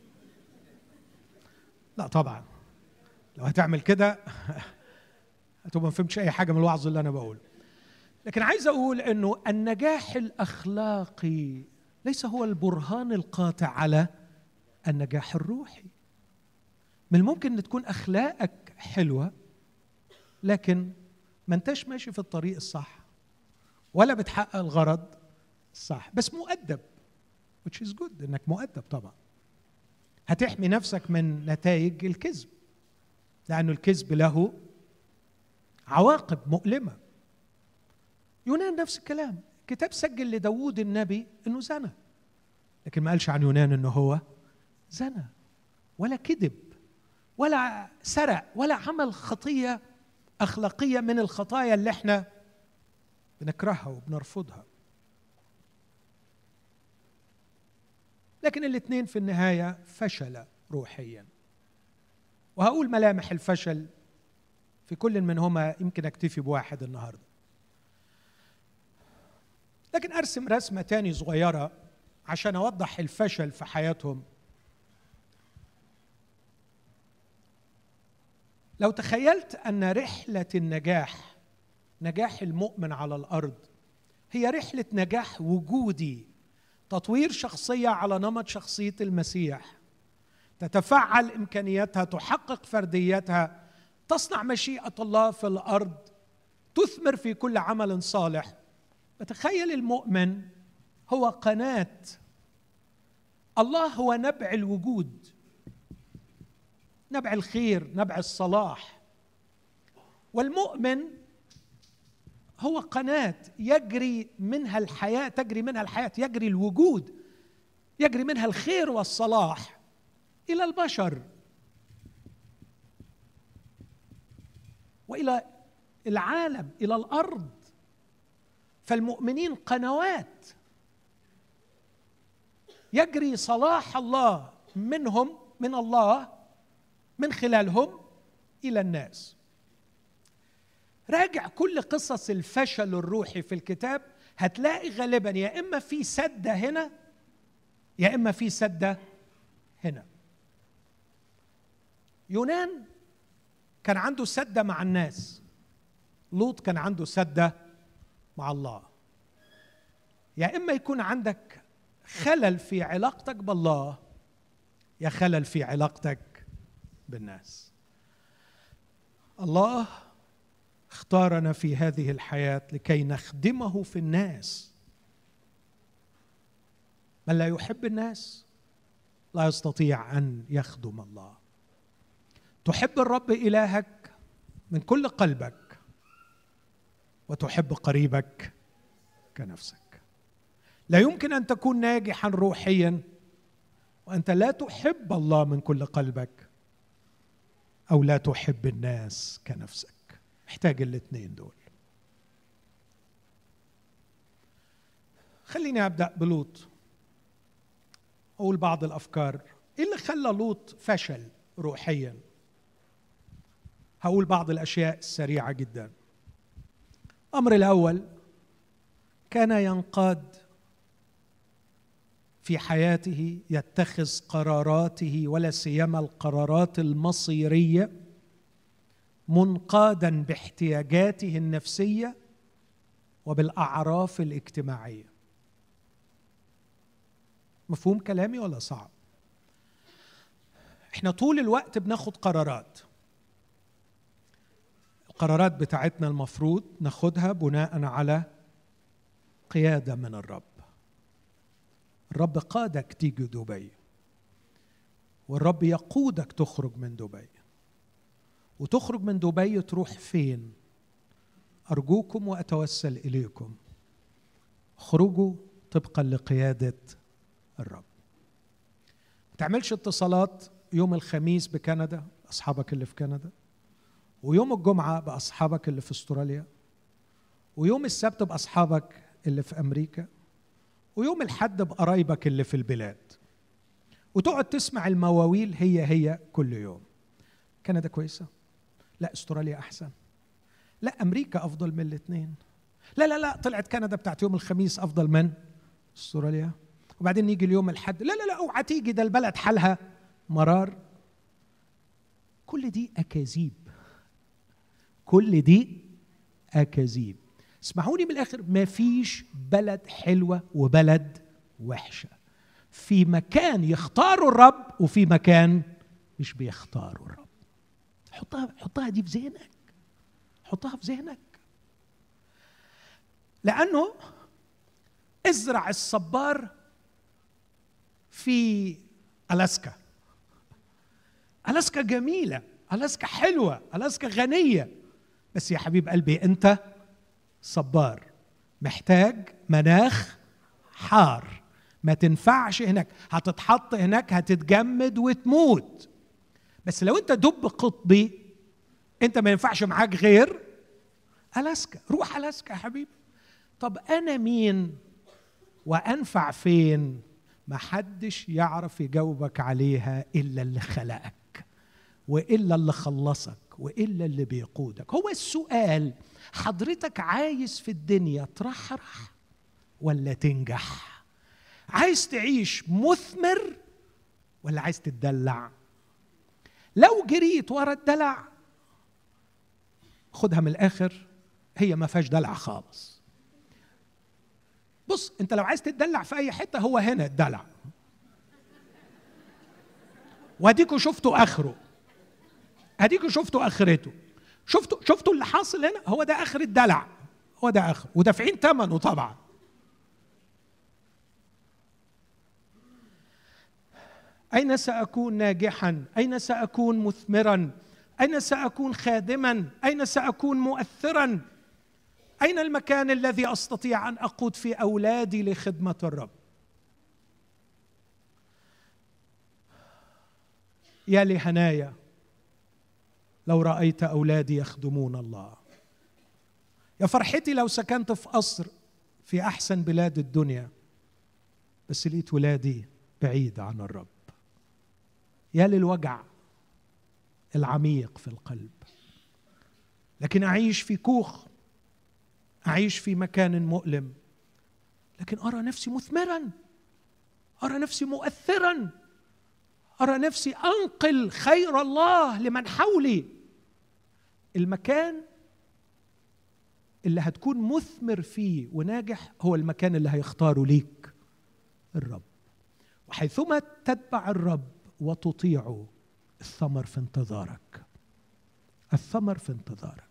لا طبعا، لو هتعمل كده هتبقى ما فهمتش اي حاجه من الوعظ اللي انا بقوله. لكن عايز اقول انه النجاح الاخلاقي ليس هو البرهان القاطع على النجاح الروحي. من الممكن ان تكون اخلاقك حلوه لكن ما انتش ماشي في الطريق الصح ولا بتحقق الغرض الصح، بس مؤدب which is good انك مؤدب. طبعا هتحمي نفسك من نتائج الكذب، لأنه الكذب له عواقب مؤلمة. يونان نفس الكلام، الكتاب سجل لداود النبي أنه زنى، لكن ما قالش عن يونان أنه هو زنى ولا كذب ولا سرق ولا عمل خطية أخلاقية من الخطايا اللي احنا بنكرهها وبنرفضها. لكن الاثنين في النهاية فشل روحيا. وهقول ملامح الفشل في كل منهما، يمكن اكتفي بواحد النهارده، لكن ارسم رسمه تاني صغيره عشان اوضح الفشل في حياتهم. لو تخيلت ان رحله النجاح، نجاح المؤمن على الارض، هي رحله نجاح وجودي، تطوير شخصيه على نمط شخصيه المسيح، تتفعل إمكانياتها، تحقق فرديتها، تصنع مشيئة الله في الأرض، تثمر في كل عمل صالح. بتخيل المؤمن هو قناة، الله هو نبع الوجود، نبع الخير، نبع الصلاح، والمؤمن هو قناة يجري منها الحياة، تجري منها الحياة، يجري الوجود، يجري منها الخير والصلاح إلى البشر وإلى العالم، إلى الأرض. فالمؤمنين قنوات يجري صلاح الله منهم، من الله، من خلالهم إلى الناس. راجع كل قصص الفشل الروحي في الكتاب، هتلاقي غالبا يا إما في سدة هنا يا إما في سدة هنا. يونان كان عنده سدة مع الناس، لوط كان عنده سدة مع الله. يا إما يكون عندك خلل في علاقتك بالله يا خلل في علاقتك بالناس. الله اختارنا في هذه الحياة لكي نخدمه في الناس. من لا يحب الناس لا يستطيع أن يخدم الله. تحب الرب إلهك من كل قلبك وتحب قريبك كنفسك. لا يمكن أن تكون ناجحا روحيا وأنت لا تحب الله من كل قلبك أو لا تحب الناس كنفسك. محتاج الاثنين دول. خليني أبدأ بلوط، أقول بعض الأفكار. إيه اللي خلى لوط فشل روحيا؟ هقول بعض الأشياء السريعة جدا. الأمر الأول، كان ينقاد في حياته، يتخذ قراراته ولا سيما القرارات المصيرية منقادا باحتياجاته النفسية وبالأعراف الاجتماعية. مفهوم كلامي ولا صعب؟ احنا طول الوقت بناخد قرارات. القرارات بتاعتنا المفروض ناخدها بناء على قيادة من الرب. الرب قادك تيجي دبي، والرب يقودك تخرج من دبي. وتخرج من دبي تروح فين؟ أرجوكم وأتوسل إليكم، خرجوا طبقا لقيادة الرب. ما تعملش اتصالات يوم الخميس بكندا أصحابك اللي في كندا، ويوم الجمعة بأصحابك اللي في استراليا، ويوم السبت بأصحابك اللي في أمريكا، ويوم الحد بقرايبك اللي في البلاد، وتقعد تسمع المواويل هي هي كل يوم. كندا كويسة؟ لا استراليا أحسن. لا أمريكا أفضل من الاثنين. لا لا لا طلعت كندا بتاعت يوم الخميس أفضل من استراليا. وبعدين نيجي اليوم الحد، لا لا لا اوعى تيجي، ده البلد حالها مرار. كل دي أكاذيب، كل دي أكاذيب. اسمعوني من الآخر، ما فيش بلد حلوة وبلد وحشة. في مكان يختاروا الرب وفي مكان مش بيختاروا الرب. حطها حطها دي في ذهنك، حطها في ذهنك. لأنه ازرع الصبار في ألاسكا. ألاسكا جميلة، ألاسكا حلوة، ألاسكا غنية، بس يا حبيب قلبي أنت صبار، محتاج مناخ حار، ما تنفعش هناك، هتتحط هناك هتتجمد وتموت. بس لو أنت دب قطبي أنت ما ينفعش معاك غير ألاسكا. روح ألاسكا يا حبيبي. طب أنا مين وأنفع فين؟ ما حدش يعرف يجاوبك عليها إلا اللي خلقك، وإلا اللي خلصك، وإلا اللي بيقودك. هو السؤال، حضرتك عايز في الدنيا ترحرح ولا تنجح؟ عايز تعيش مثمر ولا عايز تتدلع؟ لو جريت ورا الدلع، خدها من الآخر، هي ما فيهاش دلع خالص. بص، انت لو عايز تتدلع في اي حته هو هنا الدلع، واديكوا شفتوا اخره، اديكوا شفتوا اخرته، شفتوا شفتوا اللي حاصل هنا، هو ده اخر الدلع، هو ده اخر، ودافعين ثمنه طبعا. اين ساكون ناجحا؟ اين ساكون مثمرا؟ اين ساكون خادما؟ اين ساكون مؤثرا؟ أين المكان الذي أستطيع أن أقود في أولادي لخدمة الرب؟ يا لهنايا لو رأيت أولادي يخدمون الله. يا فرحتي لو سكنت في قصر في أحسن بلاد الدنيا بس لقيت ولادي بعيد عن الرب. يا للوجع العميق في القلب. لكن أعيش في كوخ، أعيش في مكان مؤلم، لكن أرى نفسي مثمراً، أرى نفسي مؤثراً، أرى نفسي أنقل خير الله لمن حولي. المكان اللي هتكون مثمر فيه وناجح هو المكان اللي هيختاره ليك الرب. وحيثما تتبع الرب وتطيعه، الثمر في انتظارك، الثمر في انتظارك.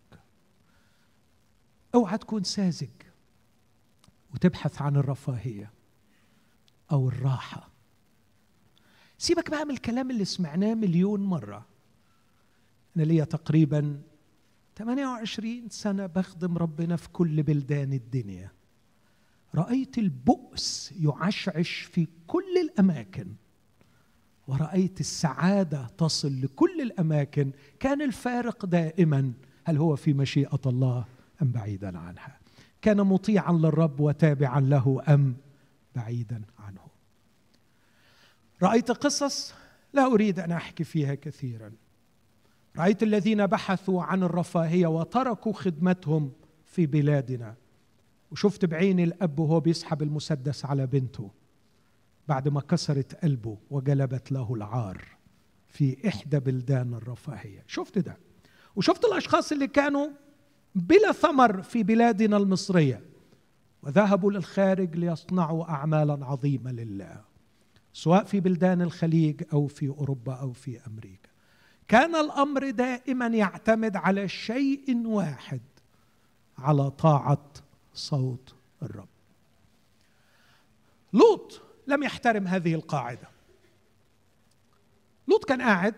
اوعى تكون ساذج وتبحث عن الرفاهية أو الراحة. سيبك بقى من الكلام اللي سمعناه مليون مرة. أنا ليا تقريبا ثمانية وعشرين سنة بخدم ربنا في كل بلدان الدنيا. رأيت البؤس يعشعش في كل الأماكن، ورأيت السعادة تصل لكل الأماكن. كان الفارق دائما هل هو في مشيئة الله أم بعيدا عنها؟ كان مطيعا للرب وتابعا له أم بعيدا عنه؟ رأيت قصص لا أريد أن أحكي فيها كثيرا. رأيت الذين بحثوا عن الرفاهية وتركوا خدمتهم في بلادنا، وشفت بعيني الأب وهو بيسحب المسدس على بنته بعد ما كسرت قلبه وجلبت له العار في إحدى بلدان الرفاهية. شفت ده، وشفت الأشخاص اللي كانوا بلا ثمر في بلادنا المصرية وذهبوا للخارج ليصنعوا أعمالا عظيمة لله. سواء في بلدان الخليج أو في أوروبا أو في أمريكا. كان الأمر دائما يعتمد على شيء واحد، على طاعة صوت الرب. لوط لم يحترم هذه القاعدة. لوط كان قاعد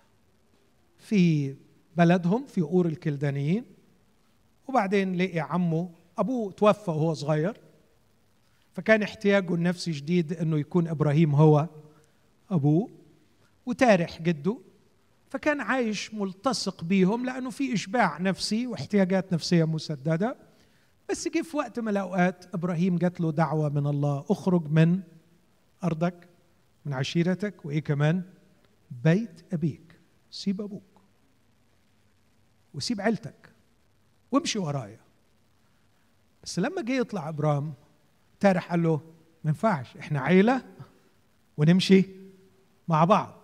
في بلدهم في أور الكلدانيين، وبعدين لقي عمه أبوه توفى وهو صغير، فكان احتياجه النفسي شديد أنه يكون إبراهيم هو أبوه، وتارح جده، فكان عايش ملتصق بيهم لأنه في إشباع نفسي واحتياجات نفسية مسددة. بس جه في وقت من الأوقات إبراهيم جات له دعوة من الله: اخرج من أرضك، من عشيرتك، وإيه كمان؟ بيت أبيك. سيب أبوك وسيب عيلتك وامشي ورايا. بس لما جه يطلع إبرام، تارح قال له: ما ينفعش، احنا عيلة ونمشي مع بعض.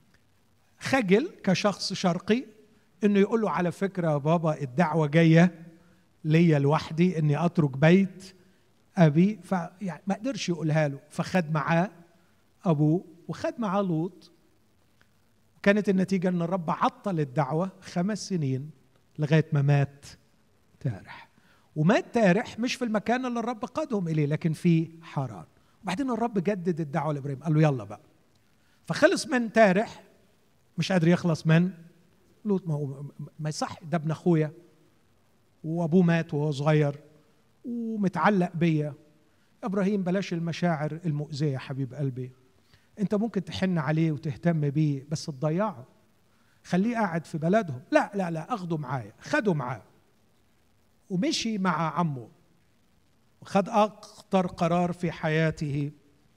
خجل كشخص شرقي انه يقول له: على فكرة يا بابا، الدعوة جاية ليا لوحدي اني اترك بيت ابي. فيعني ما قدرش يقولها له، فخد معاه ابوه وخد معاه لوط. كانت النتيجة ان الرب عطل الدعوة خمس سنين لغاية ما مات تارح. ومات تارح مش في المكان اللي الرب قادهم إليه، لكن في حران. وبعدين الرب جدد الدعوة لإبراهيم، قال له: يلا بقى. فخلص من تارح، مش قادر يخلص من لوط. ما هو ما يصح، ده ابن أخويا وأبوه مات وهو صغير ومتعلق بيا. إبراهيم بلاش المشاعر المؤذية يا حبيب قلبي، أنت ممكن تحن عليه وتهتم بيه بس تضيعه. خليه قاعد في بلدهم. لا لا لا، أخده معايا. خده معاه ومشي مع عمه، وخد أخطر قرار في حياته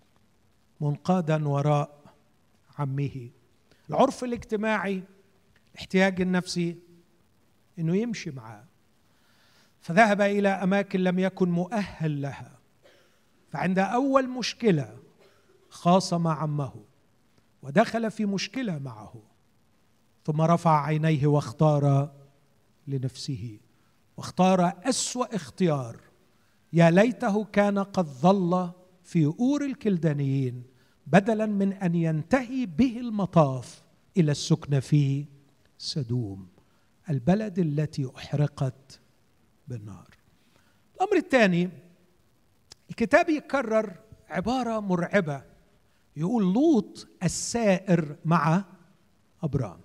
منقادا وراء عمه. العرف الاجتماعي، الاحتياج النفسي، إنه يمشي معاه. فذهب إلى أماكن لم يكن مؤهل لها. فعند أول مشكلة خاصم عمه ودخل في مشكلة معه، ثم رفع عينيه واختار لنفسه، واختار أسوأ اختيار. يا ليته كان قد ظل في أور الكلدانيين بدلا من أن ينتهي به المطاف إلى السكن في سدوم، البلد التي أحرقت بالنار. الأمر الثاني، الكتاب يكرر عبارة مرعبة، يقول: لوط السائر مع أبرام.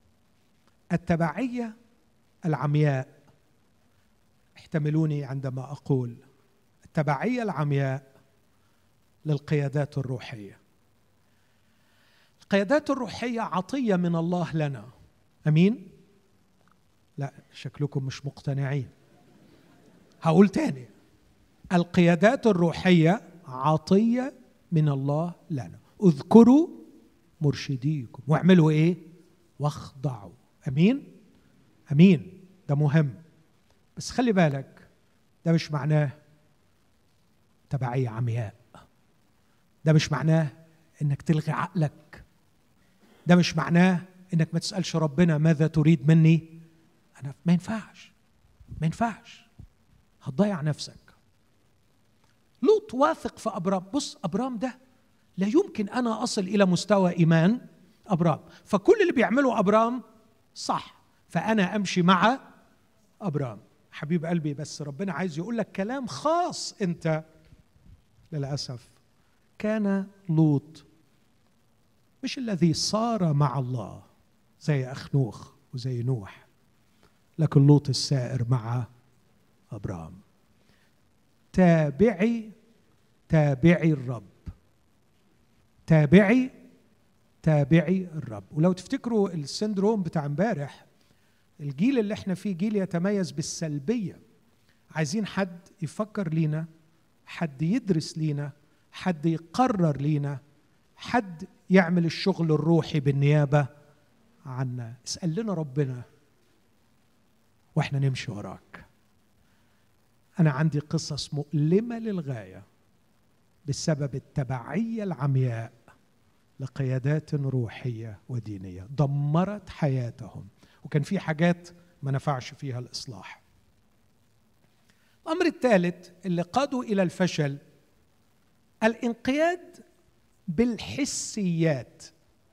التبعية العمياء، احتملوني عندما أقول التبعية العمياء للقيادات الروحية. القيادات الروحية عطية من الله لنا. أمين؟ لا، شكلكم مش مقتنعين. هقول تاني: القيادات الروحية عطية من الله لنا. اذكروا مرشديكم واعملوا ايه؟ واخضعوا. امين؟ امين. ده مهم، بس خلي بالك، ده مش معناه تبعية عمياء. ده مش معناه انك تلغي عقلك. ده مش معناه انك ما تسألش ربنا ماذا تريد مني. انا ما ينفعش، ما ينفعش، هتضيع نفسك. لوط واثق في أبرام. بص، أبرام ده لا يمكن أنا أصل إلى مستوى إيمان أبرام، فكل اللي بيعمله أبرام صح، فأنا أمشي مع أبرام. حبيب قلبي، بس ربنا عايز يقول لك كلام خاص أنت. للأسف كان لوط مش الذي صار مع الله زي أخنوخ وزي نوح، لكن لوط السائر مع أبرام. تابعي تابعي الرب، تابعي تابعي الرب. ولو تفتكروا السندروم بتاع امبارح، الجيل اللي احنا فيه جيل يتميز بالسلبية. عايزين حد يفكر لينا، حد يدرس لينا، حد يقرر لينا، حد يعمل الشغل الروحي بالنيابة عنا. اسأل لنا ربنا واحنا نمشي وراك. أنا عندي قصص مؤلمة للغاية بسبب التبعية العمياء لقيادات روحية ودينية، دمرت حياتهم، وكان في حاجات ما نفعش فيها الإصلاح. الأمر الثالث اللي قادوا إلى الفشل، الانقياد بالحسيات.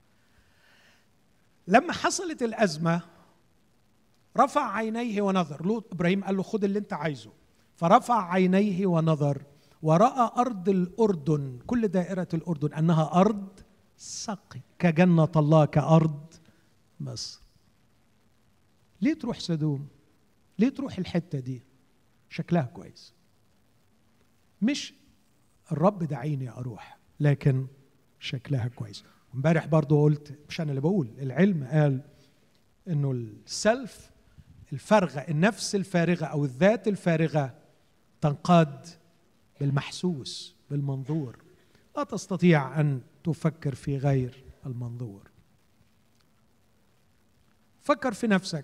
لما حصلت الأزمة رفع عينيه ونظر. لوط إبراهيم قال له خد اللي انت عايزه، فرفع عينيه ونظر ورأى أرض الأردن، كل دائرة الأردن، أنها أرض سقي كجنة الله كأرض مصر. ليه تروح سدوم؟ ليه تروح الحتة دي؟ شكلها كويس، مش الرب دعيني أروح، لكن شكلها كويس. امبارح برضو قلت، مش أنا اللي بقول، العلم قال إنه السلف الفارغة، النفس الفارغة أو الذات الفارغة تنقاد بالمحسوس بالمنظور، لا تستطيع أن تفكر في غير المنظور. فكر في نفسك.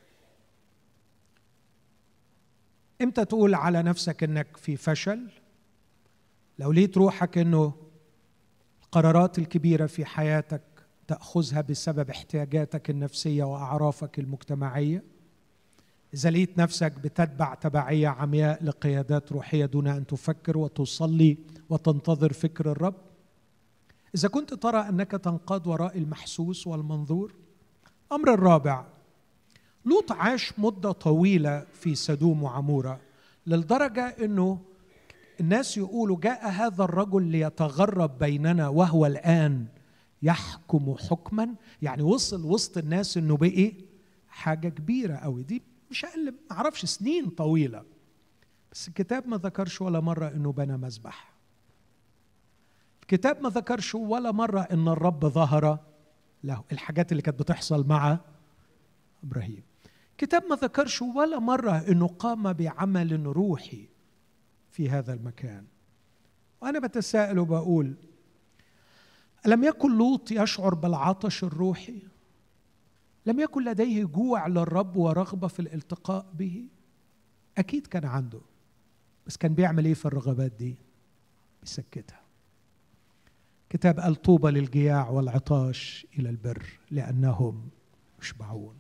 امتى تقول على نفسك انك في فشل؟ لو لقيت روحك انه القرارات الكبيرة في حياتك تأخذها بسبب احتياجاتك النفسية وأعرافك المجتمعية، إذا لقيت نفسك بتتبع تبعية عمياء لقيادات روحية دون أن تفكر وتصلي وتنتظر فكر الرب، إذا كنت ترى أنك تنقاد وراء المحسوس والمنظور. أمر الرابع، لوط عاش مدة طويلة في سدوم وعمورة، للدرجة أنه الناس يقولوا جاء هذا الرجل ليتغرب بيننا وهو الآن يحكم حكما. يعني وصل وسط الناس أنه بقي حاجة كبيرة قوي، دي مش أقل معرفش سنين طويلة. بس الكتاب ما ذكرش ولا مرة أنه بنى مذبح. الكتاب ما ذكرش ولا مرة أن الرب ظهر له، الحاجات اللي كانت بتحصل مع إبراهيم. الكتاب ما ذكرش ولا مرة أنه قام بعمل روحي في هذا المكان. وأنا بتساءل وبقول، ألم يكن لوط يشعر بالعطش الروحي؟ لم يكن لديه جوع للرب ورغبة في الالتقاء به؟ أكيد كان عنده، بس كان بيعمل إيه في الرغبات دي؟ بيسكتها. كتاب قال طوبى للجياع والعطاش إلى البر لأنهم يشبعون.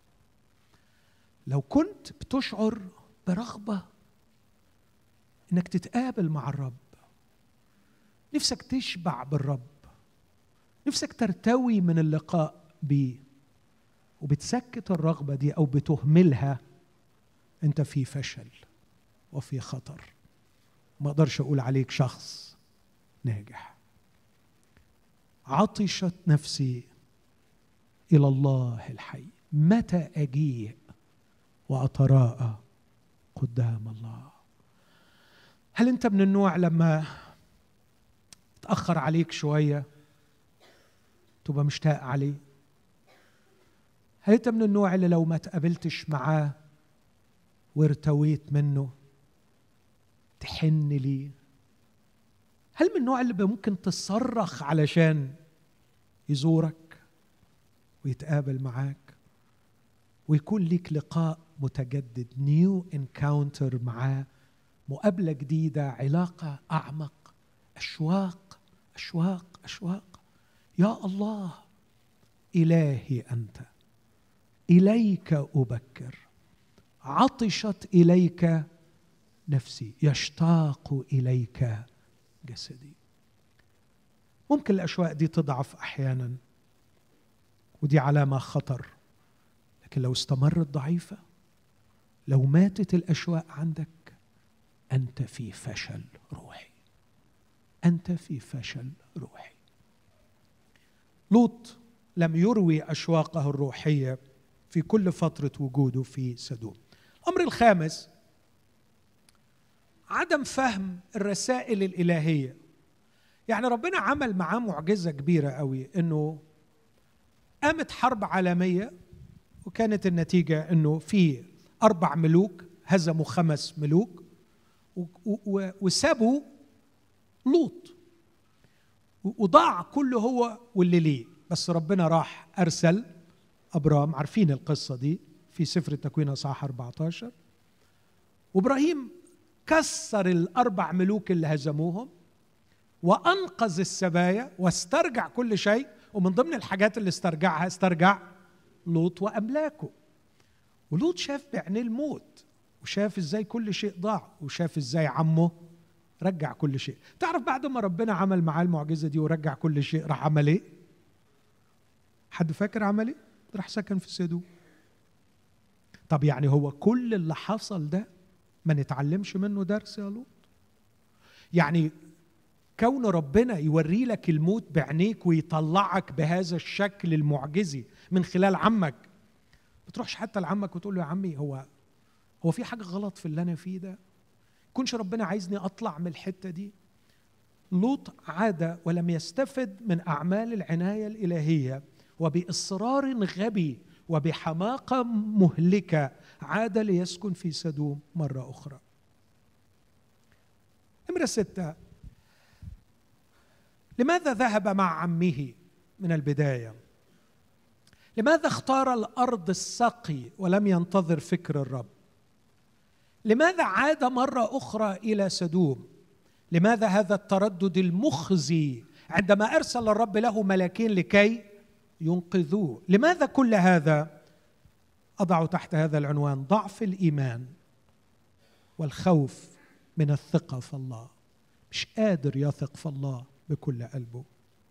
لو كنت بتشعر برغبة إنك تتقابل مع الرب، نفسك تشبع بالرب، نفسك ترتوي من اللقاء بيه، وبتسكت الرغبة دي أو بتهملها، أنت في فشل وفي خطر. ما أقدرش أقول عليك شخص ناجح. عطشت نفسي إلى الله الحي، متى أجيء وأتراءى قدام الله. هل أنت من النوع لما تأخر عليك شوية تبقى مشتاق عليه؟ هل أنت من النوع اللي لو ما تقابلتش معاه وارتويت منه تحن ليه؟ هل من النوع اللي ممكن تصرخ علشان يزورك ويتقابل معاك ويكون ليك لقاء متجدد، نيو انكاونتر معاه، مقابلة جديدة، علاقة أعمق، أشواق أشواق أشواق؟ يا الله إلهي أنت، إليك أبكر، عطشت إليك نفسي، يشتاق إليك جسدي. ممكن الأشواق دي تضعف أحيانا، ودي علامة خطر، لكن لو استمرت ضعيفة، لو ماتت الأشواق عندك، أنت في فشل روحي، أنت في فشل روحي. لوط لم يروي أشواقه الروحية في كل فترة وجوده في سدوم. الأمر الخامس، عدم فهم الرسائل الإلهية. يعني ربنا عمل معاه معجزة كبيرة قوي، إنه قامت حرب عالمية، وكانت النتيجة إنه في أربع ملوك هزموا خمس ملوك وسابوا لوط، وضاع كله هو واللي ليه. بس ربنا راح أرسل أبرام، عارفين القصة دي في سفر التكوين اصحاح أربعة عشر، وإبراهيم كسر الأربع ملوك اللي هزموهم وأنقذ السبايا واسترجع كل شيء، ومن ضمن الحاجات اللي استرجعها استرجع لوط وأملاكه. ولوط شاف بعينيه الموت، وشاف إزاي كل شيء ضاع، وشاف إزاي عمه رجع كل شيء. تعرف بعد ما ربنا عمل معاه المعجزة دي ورجع كل شيء راح عمل ايه؟ حد فاكر عمل ايه؟ راح سكن في سدوم. طب يعني هو كل اللي حصل ده ما نتعلمش منه درس يا لوط؟ يعني كون ربنا يوري لك الموت بعينيك ويطلعك بهذا الشكل المعجزي من خلال عمك، بتروحش حتى لعمك وتقول له يا عمي هو هو في حاجة غلط في اللي أنا فيه ده؟ كونش ربنا عايزني أطلع من الحتة دي؟ لوط عاد ولم يستفد من أعمال العناية الإلهية، وبإصرار غبي وبحماقة مهلكة عاد ليسكن في سدوم مرة أخرى. نمرة ستة، لماذا ذهب مع عمه من البداية؟ لماذا اختار الأرض السقي ولم ينتظر فكر الرب؟ لماذا عاد مرة أخرى إلى سدوم؟ لماذا هذا التردد المخزي عندما أرسل الرب له ملاكين لكي ينقذوه؟ لماذا كل هذا؟ أضع تحت هذا العنوان: ضعف الإيمان والخوف من الثقة في الله. مش قادر يثق في الله بكل قلبه.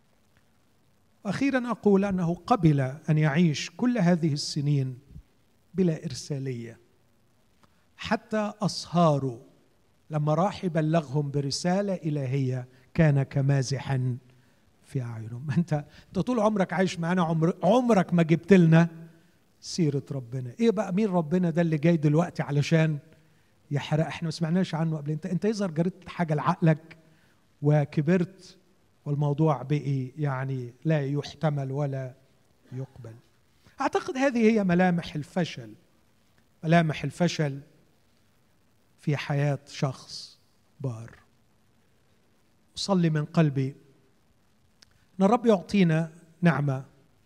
أخيرا أقول أنه قبل أن يعيش كل هذه السنين بلا إرسالية. حتى أصهاره لما راح يبلغهم برسالة إلهية كان كمازحا في أعينهم. أنت أنت طول عمرك عايش معنا، عمر عمرك ما جبت لنا سيرة ربنا. إيه بقى مين ربنا ده اللي جاي دلوقتي علشان يحرق؟ إحنا ما سمعناش عنه قبل. أنت أنت يظهر جريت حاجة لعقلك وكبرت والموضوع بقي يعني لا يحتمل ولا يقبل. أعتقد هذه هي ملامح الفشل، ملامح الفشل في حياة شخص بار. أصلي من قلبي أن الرب يعطينا نعمة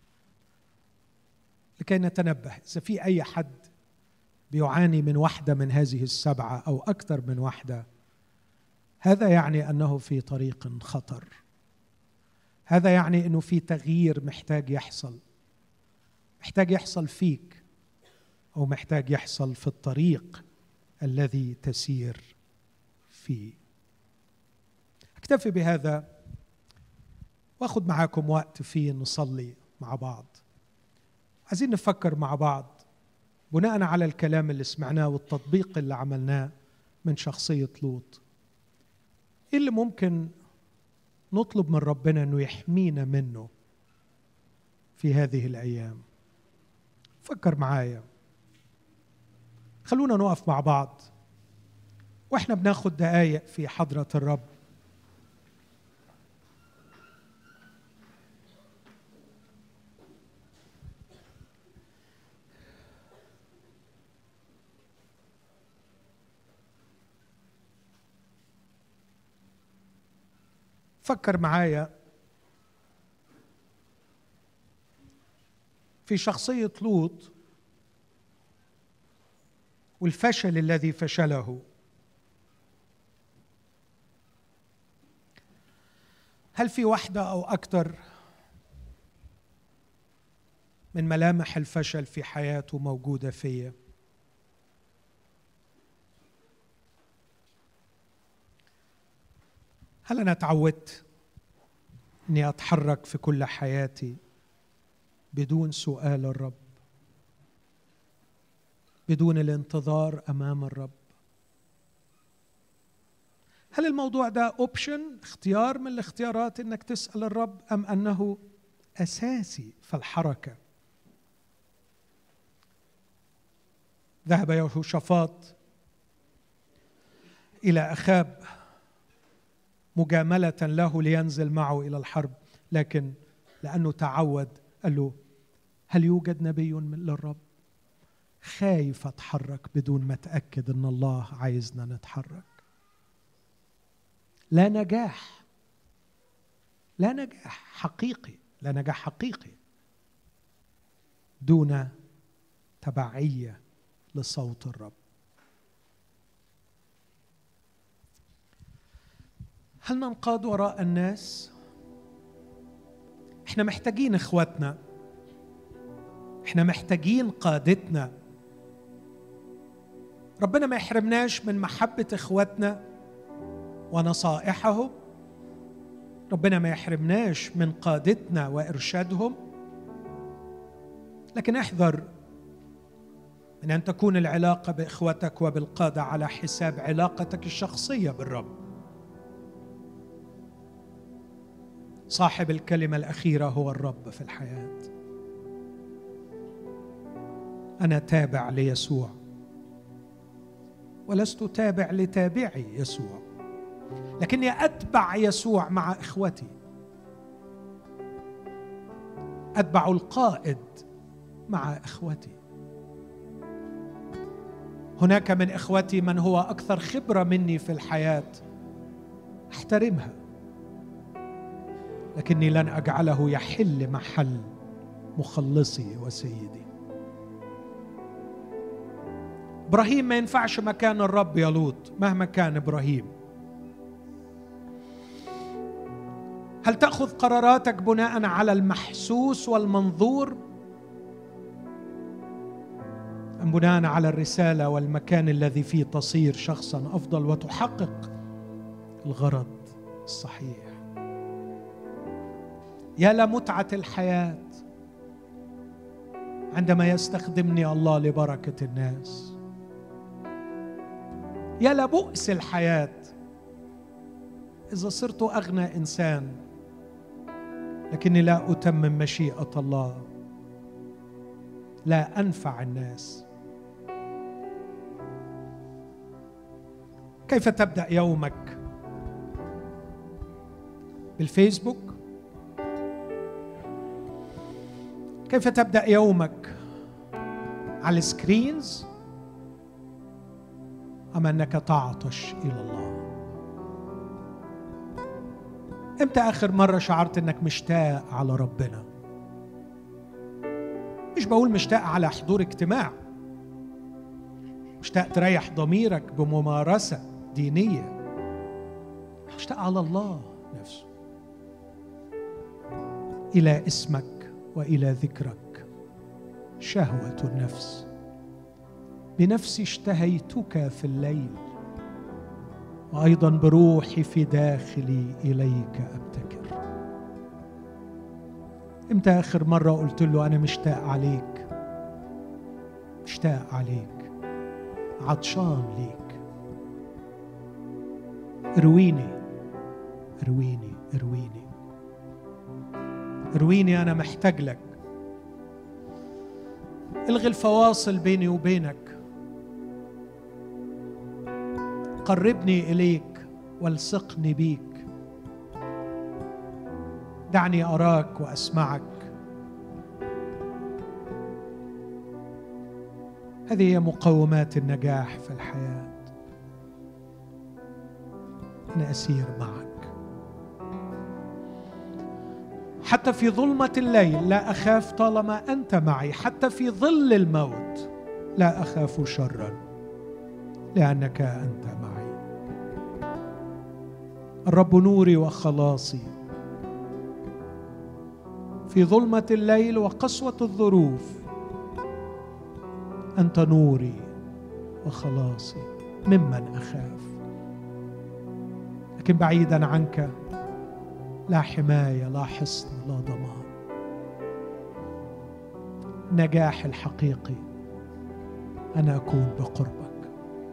لكي نتنبه. إذا في أي حد بيعاني من واحدة من هذه السبعة أو أكثر من واحدة، هذا يعني أنه في طريق خطر. هذا يعني أنه في تغيير محتاج يحصل، محتاج يحصل فيك أو محتاج يحصل في الطريق الذي تسير فيه. أكتفي بهذا وأخذ معاكم وقت فيه نصلي مع بعض. عايزين نفكر مع بعض بناء على الكلام اللي سمعناه والتطبيق اللي عملناه من شخصية لوط، إيه اللي ممكن نطلب من ربنا أنه يحمينا منه في هذه الأيام. فكر معايا. خلونا نقف مع بعض وإحنا بناخد دقايق في حضرة الرب. فكر معايا في شخصية لوط والفشل الذي فشله. هل في واحدة أو أكثر من ملامح الفشل في حياته موجودة فيا؟ هل أنا تعودت أني أتحرك في كل حياتي بدون سؤال الرب، بدون الانتظار أمام الرب؟ هل الموضوع ده اوبشن، اختيار من الاختيارات انك تسأل الرب، ام انه اساسي في الحركة؟ ذهب يهوشافاط الى اخاب مجاملة له لينزل معه الى الحرب، لكن لانه تعود قال له هل يوجد نبي من للرب؟ خايف اتحرك بدون ما اتأكد ان الله عايزنا نتحرك. لا نجاح، لا نجاح حقيقي، لا نجاح حقيقي دون تبعية لصوت الرب. هل ننقاد وراء الناس؟ احنا محتاجين اخواتنا، احنا محتاجين قادتنا. ربنا ما يحرمناش من محبة اخواتنا ونصائحهم. ربنا ما يحرمناش من قادتنا وإرشادهم، لكن احذر من أن تكون العلاقة بإخوتك وبالقادة على حساب علاقتك الشخصية بالرب. صاحب الكلمة الأخيرة هو الرب في الحياة. أنا تابع ليسوع ولست تابع لتابعي يسوع، لكني أتبع يسوع مع إخوتي، أتبع القائد مع إخوتي. هناك من إخوتي من هو أكثر خبرة مني في الحياة، أحترمها، لكني لن أجعله يحل محل مخلصي وسيدي. إبراهيم ما ينفعش مكان الرب يا لوط مهما كان إبراهيم. هل تأخذ قراراتك بناء على المحسوس والمنظور أم بناء على الرسالة والمكان الذي فيه تصير شخصا أفضل وتحقق الغرض الصحيح؟ يا لمتعة الحياة عندما يستخدمني الله لبركة الناس. يا لبؤس الحياة إذا صرت أغنى إنسان لكني لا أتمم مشيئة الله، لا أنفع الناس. كيف تبدأ يومك؟ بالفيسبوك؟ كيف تبدأ يومك على السكرينز أم أنك تعطش إلى الله؟ إمتى آخر مرة شعرت أنك مشتاق على ربنا؟ مش بقول مشتاق على حضور اجتماع، مشتاق تريح ضميرك بممارسة دينية، مشتاق على الله نفسه، إلى اسمك وإلى ذكرك. شهوة النفس، بنفسي اشتهيتك في الليل، وأيضا بروحي في داخلي إليك أبتكر. إمتى آخر مرة قلت له أنا مشتاق عليك، مشتاق عليك، عطشان ليك، ارويني ارويني ارويني ارويني، أنا محتاج لك. الغي الفواصل بيني وبينك، قربني إليك والصقني بيك، دعني أراك وأسمعك. هذه هي مقومات النجاح في الحياة. أنا أسير معك حتى في ظلمة الليل، لا أخاف طالما أنت معي. حتى في ظل الموت لا أخاف شرا لأنك أنت معي. الرب نوري وخلاصي في ظلمة الليل وقسوة الظروف. أنت نوري وخلاصي، ممن أخاف. لكن بعيدا عنك لا حماية، لا حصن، لا ضمان. النجاح الحقيقي أن أكون بقربك.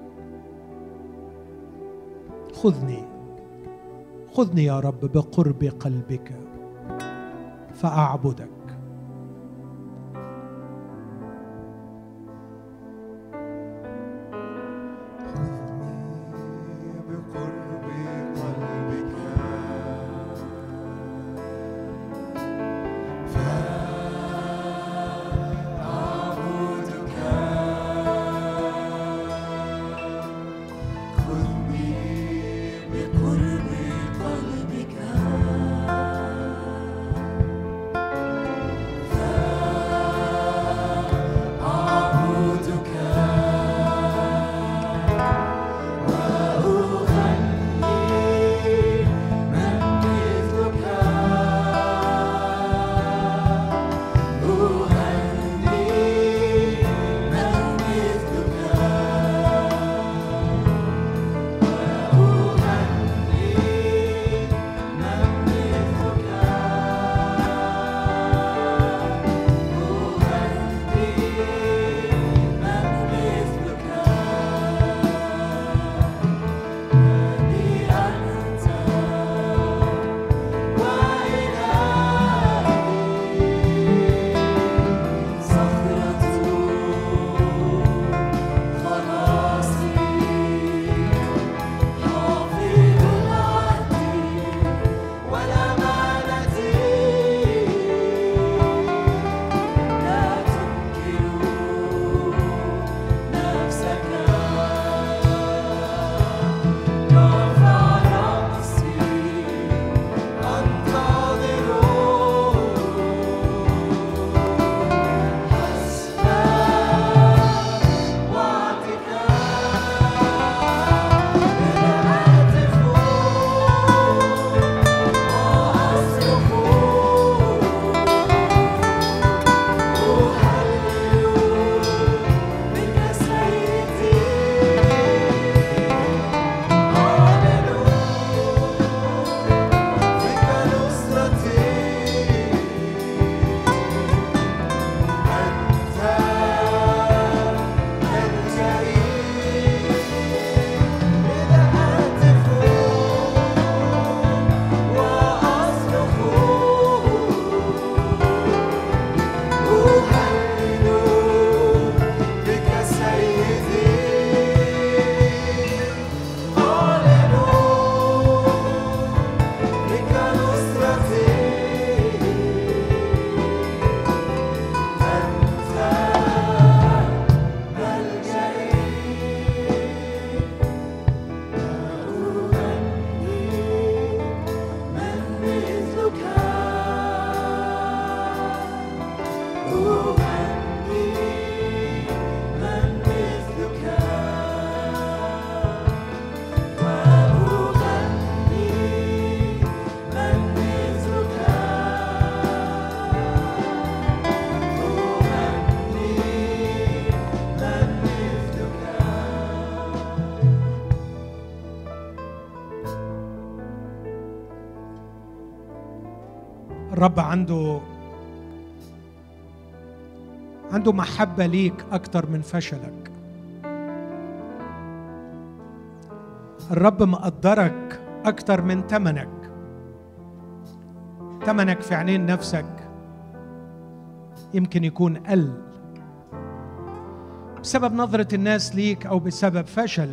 خذني خذني يا رب بقرب قلبك فأعبدك. الرب عنده عنده محبة ليك أكتر من فشلك. الرب مقدرك أكتر من تمنك. تمنك في عينين نفسك يمكن يكون قل بسبب نظرة الناس ليك أو بسبب فشل،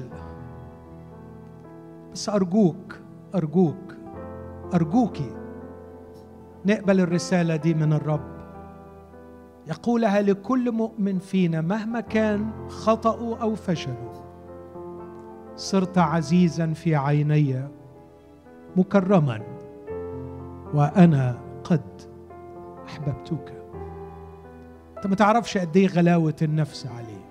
بس أرجوك أرجوك أرجوكي نقبل الرسالة دي من الرب، يقولها لكل مؤمن فينا مهما كان خطأه أو فشله: صرت عزيزا في عيني، مكرما، وأنا قد أحببتك. أنت ما تعرفش قد إيه غلاوة النفس عليه.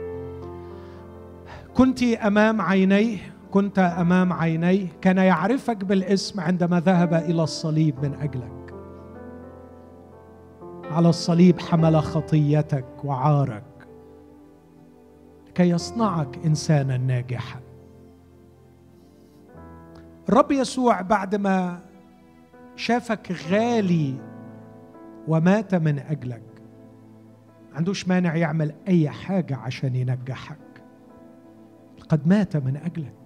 كنت أمام عينيه كنت أمام عينيه كان يعرفك بالاسم عندما ذهب إلى الصليب من أجلك. على الصليب حمل خطيتك وعارك لكي يصنعك إنسانا ناجحا. الرب يسوع بعد ما شافك غالي ومات من أجلك ما عندوش مانع يعمل أي حاجة عشان ينجحك. قد مات من أجلك،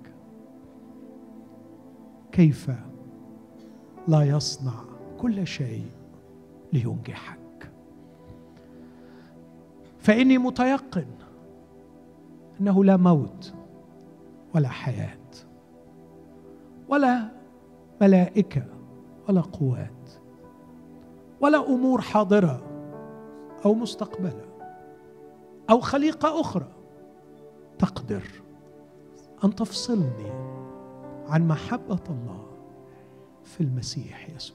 كيف لا يصنع كل شيء لينجحك؟ فإني متيقن أنه لا موت ولا حياة ولا ملائكة ولا قوات ولا أمور حاضرة أو مستقبلة أو خليقة أخرى تقدر أن تفصلني عن محبة الله في المسيح يسوع.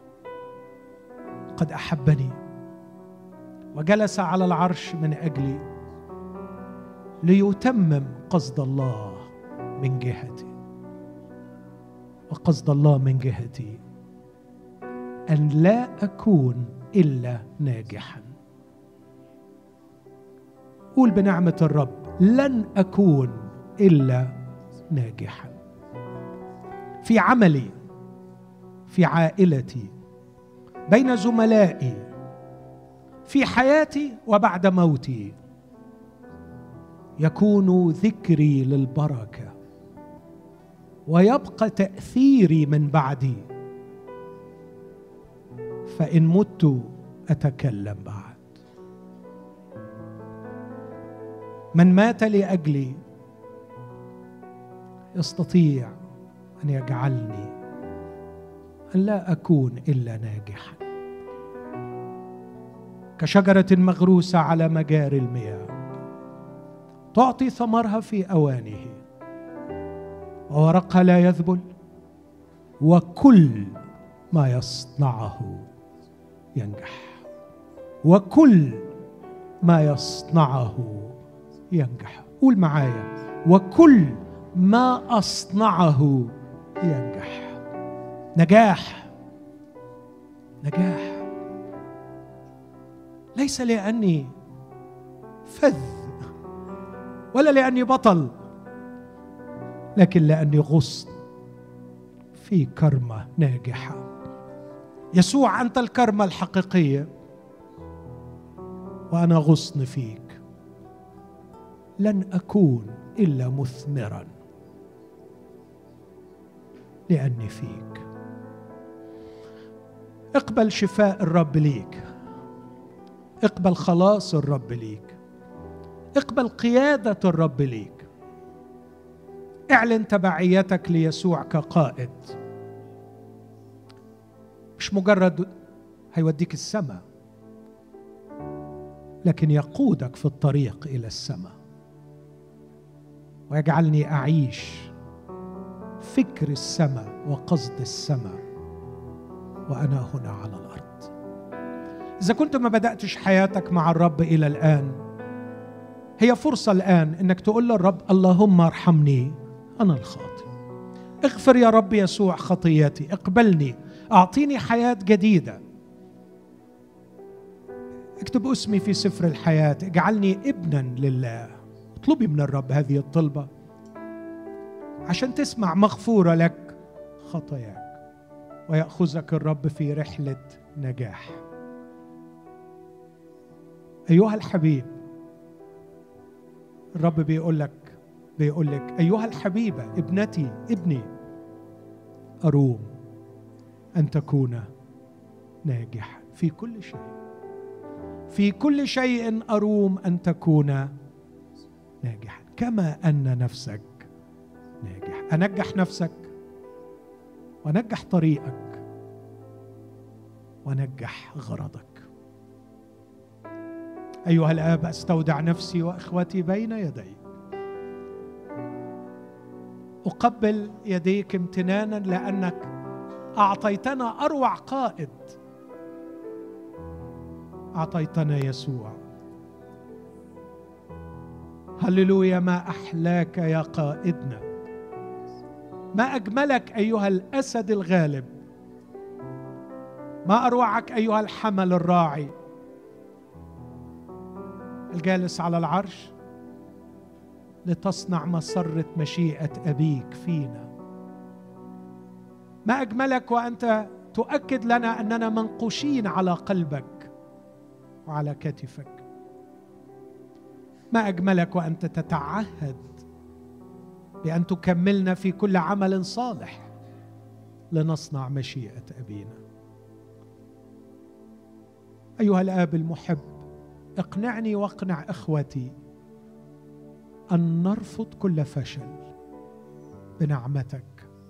قد أحبني وجلس على العرش من أجلي ليتمم قصد الله من جهتي، وقصد الله من جهتي أن لا أكون إلا ناجحا. قول بنعمة الرب: لن أكون إلا ناجحا في عملي، في عائلتي، بين زملائي، في حياتي وبعد موتي. يكون ذكري للبركة ويبقى تأثيري من بعدي، فإن مت أتكلم بعد. من مات لأجلي يستطيع أن يجعلني أن لا أكون إلا ناجحا كشجرة مغروسة على مجاري المياه، تعطي ثمرها في أوانه وورقها لا يذبل، وكل ما يصنعه ينجح. وكل ما يصنعه ينجح. قول معايا: وكل ما أصنعه ينجح. نجاح نجاح ليس لأني فذ ولا لأني بطل، لكن لأني غصن في كرمة ناجحة. يسوع أنت الكرمة الحقيقية وأنا غصن فيك. لن أكون إلا مثمرا لأني فيك. اقبل شفاء الرب ليك، اقبل خلاص الرب ليك، اقبل قيادة الرب ليك. اعلن تبعيتك ليسوع كقائد، مش مجرد هيوديك السماء، لكن يقودك في الطريق إلى السماء ويجعلني أعيش فكر السماء وقصد السماء وأنا هنا على الأرض. إذا كنت ما بدأتش حياتك مع الرب إلى الآن، هي فرصة الآن إنك تقول للرب: اللهم ارحمني أنا الخاطئ، اغفر يا رب يسوع خطياتي، اقبلني، أعطيني حياة جديدة، اكتب اسمي في سفر الحياة، اجعلني ابنا لله. اطلبي من الرب هذه الطلبة عشان تسمع مغفورة لك خطاياك ويأخذك الرب في رحلة نجاح. أيها الحبيب، الرب بيقول لك بيقول لك أيها الحبيبة، ابنتي ابني، أروم أن تكون ناجحا في كل شيء. في كل شيء أروم أن تكون ناجحا كما أن نفسك ناجح. أنجح نفسك ونجح طريقك ونجح غرضك. أيها الآب، أستودع نفسي وإخوتي بين يديك، أقبل يديك امتنانا لأنك أعطيتنا أروع قائد، أعطيتنا يسوع. هللويا، ما أحلاك يا قائدنا، ما أجملك أيها الأسد الغالب، ما أروعك أيها الحمل الراعي الجالس على العرش لتصنع مسرة مشيئة أبيك فينا. ما أجملك وأنت تؤكد لنا أننا منقوشين على قلبك وعلى كتفك. ما أجملك وأنت تتعهد بأن تكملنا في كل عمل صالح لنصنع مشيئة أبينا. أيها الآب المحب، اقنعني واقنع إخوتي أن نرفض كل فشل بنعمتك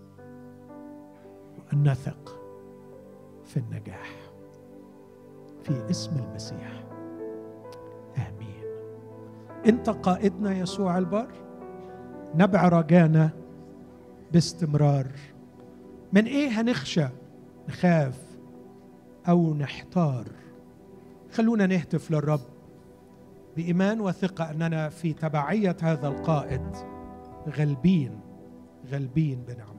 وأن نثق في النجاح في اسم المسيح، آمين. أنت قائدنا يسوع البار، نبع رجانا باستمرار. من إيه هنخشى، نخاف أو نحتار؟ خلونا نهتف للرب بإيمان وثقة أننا في تبعية هذا القائد غالبين غالبين بنعمته.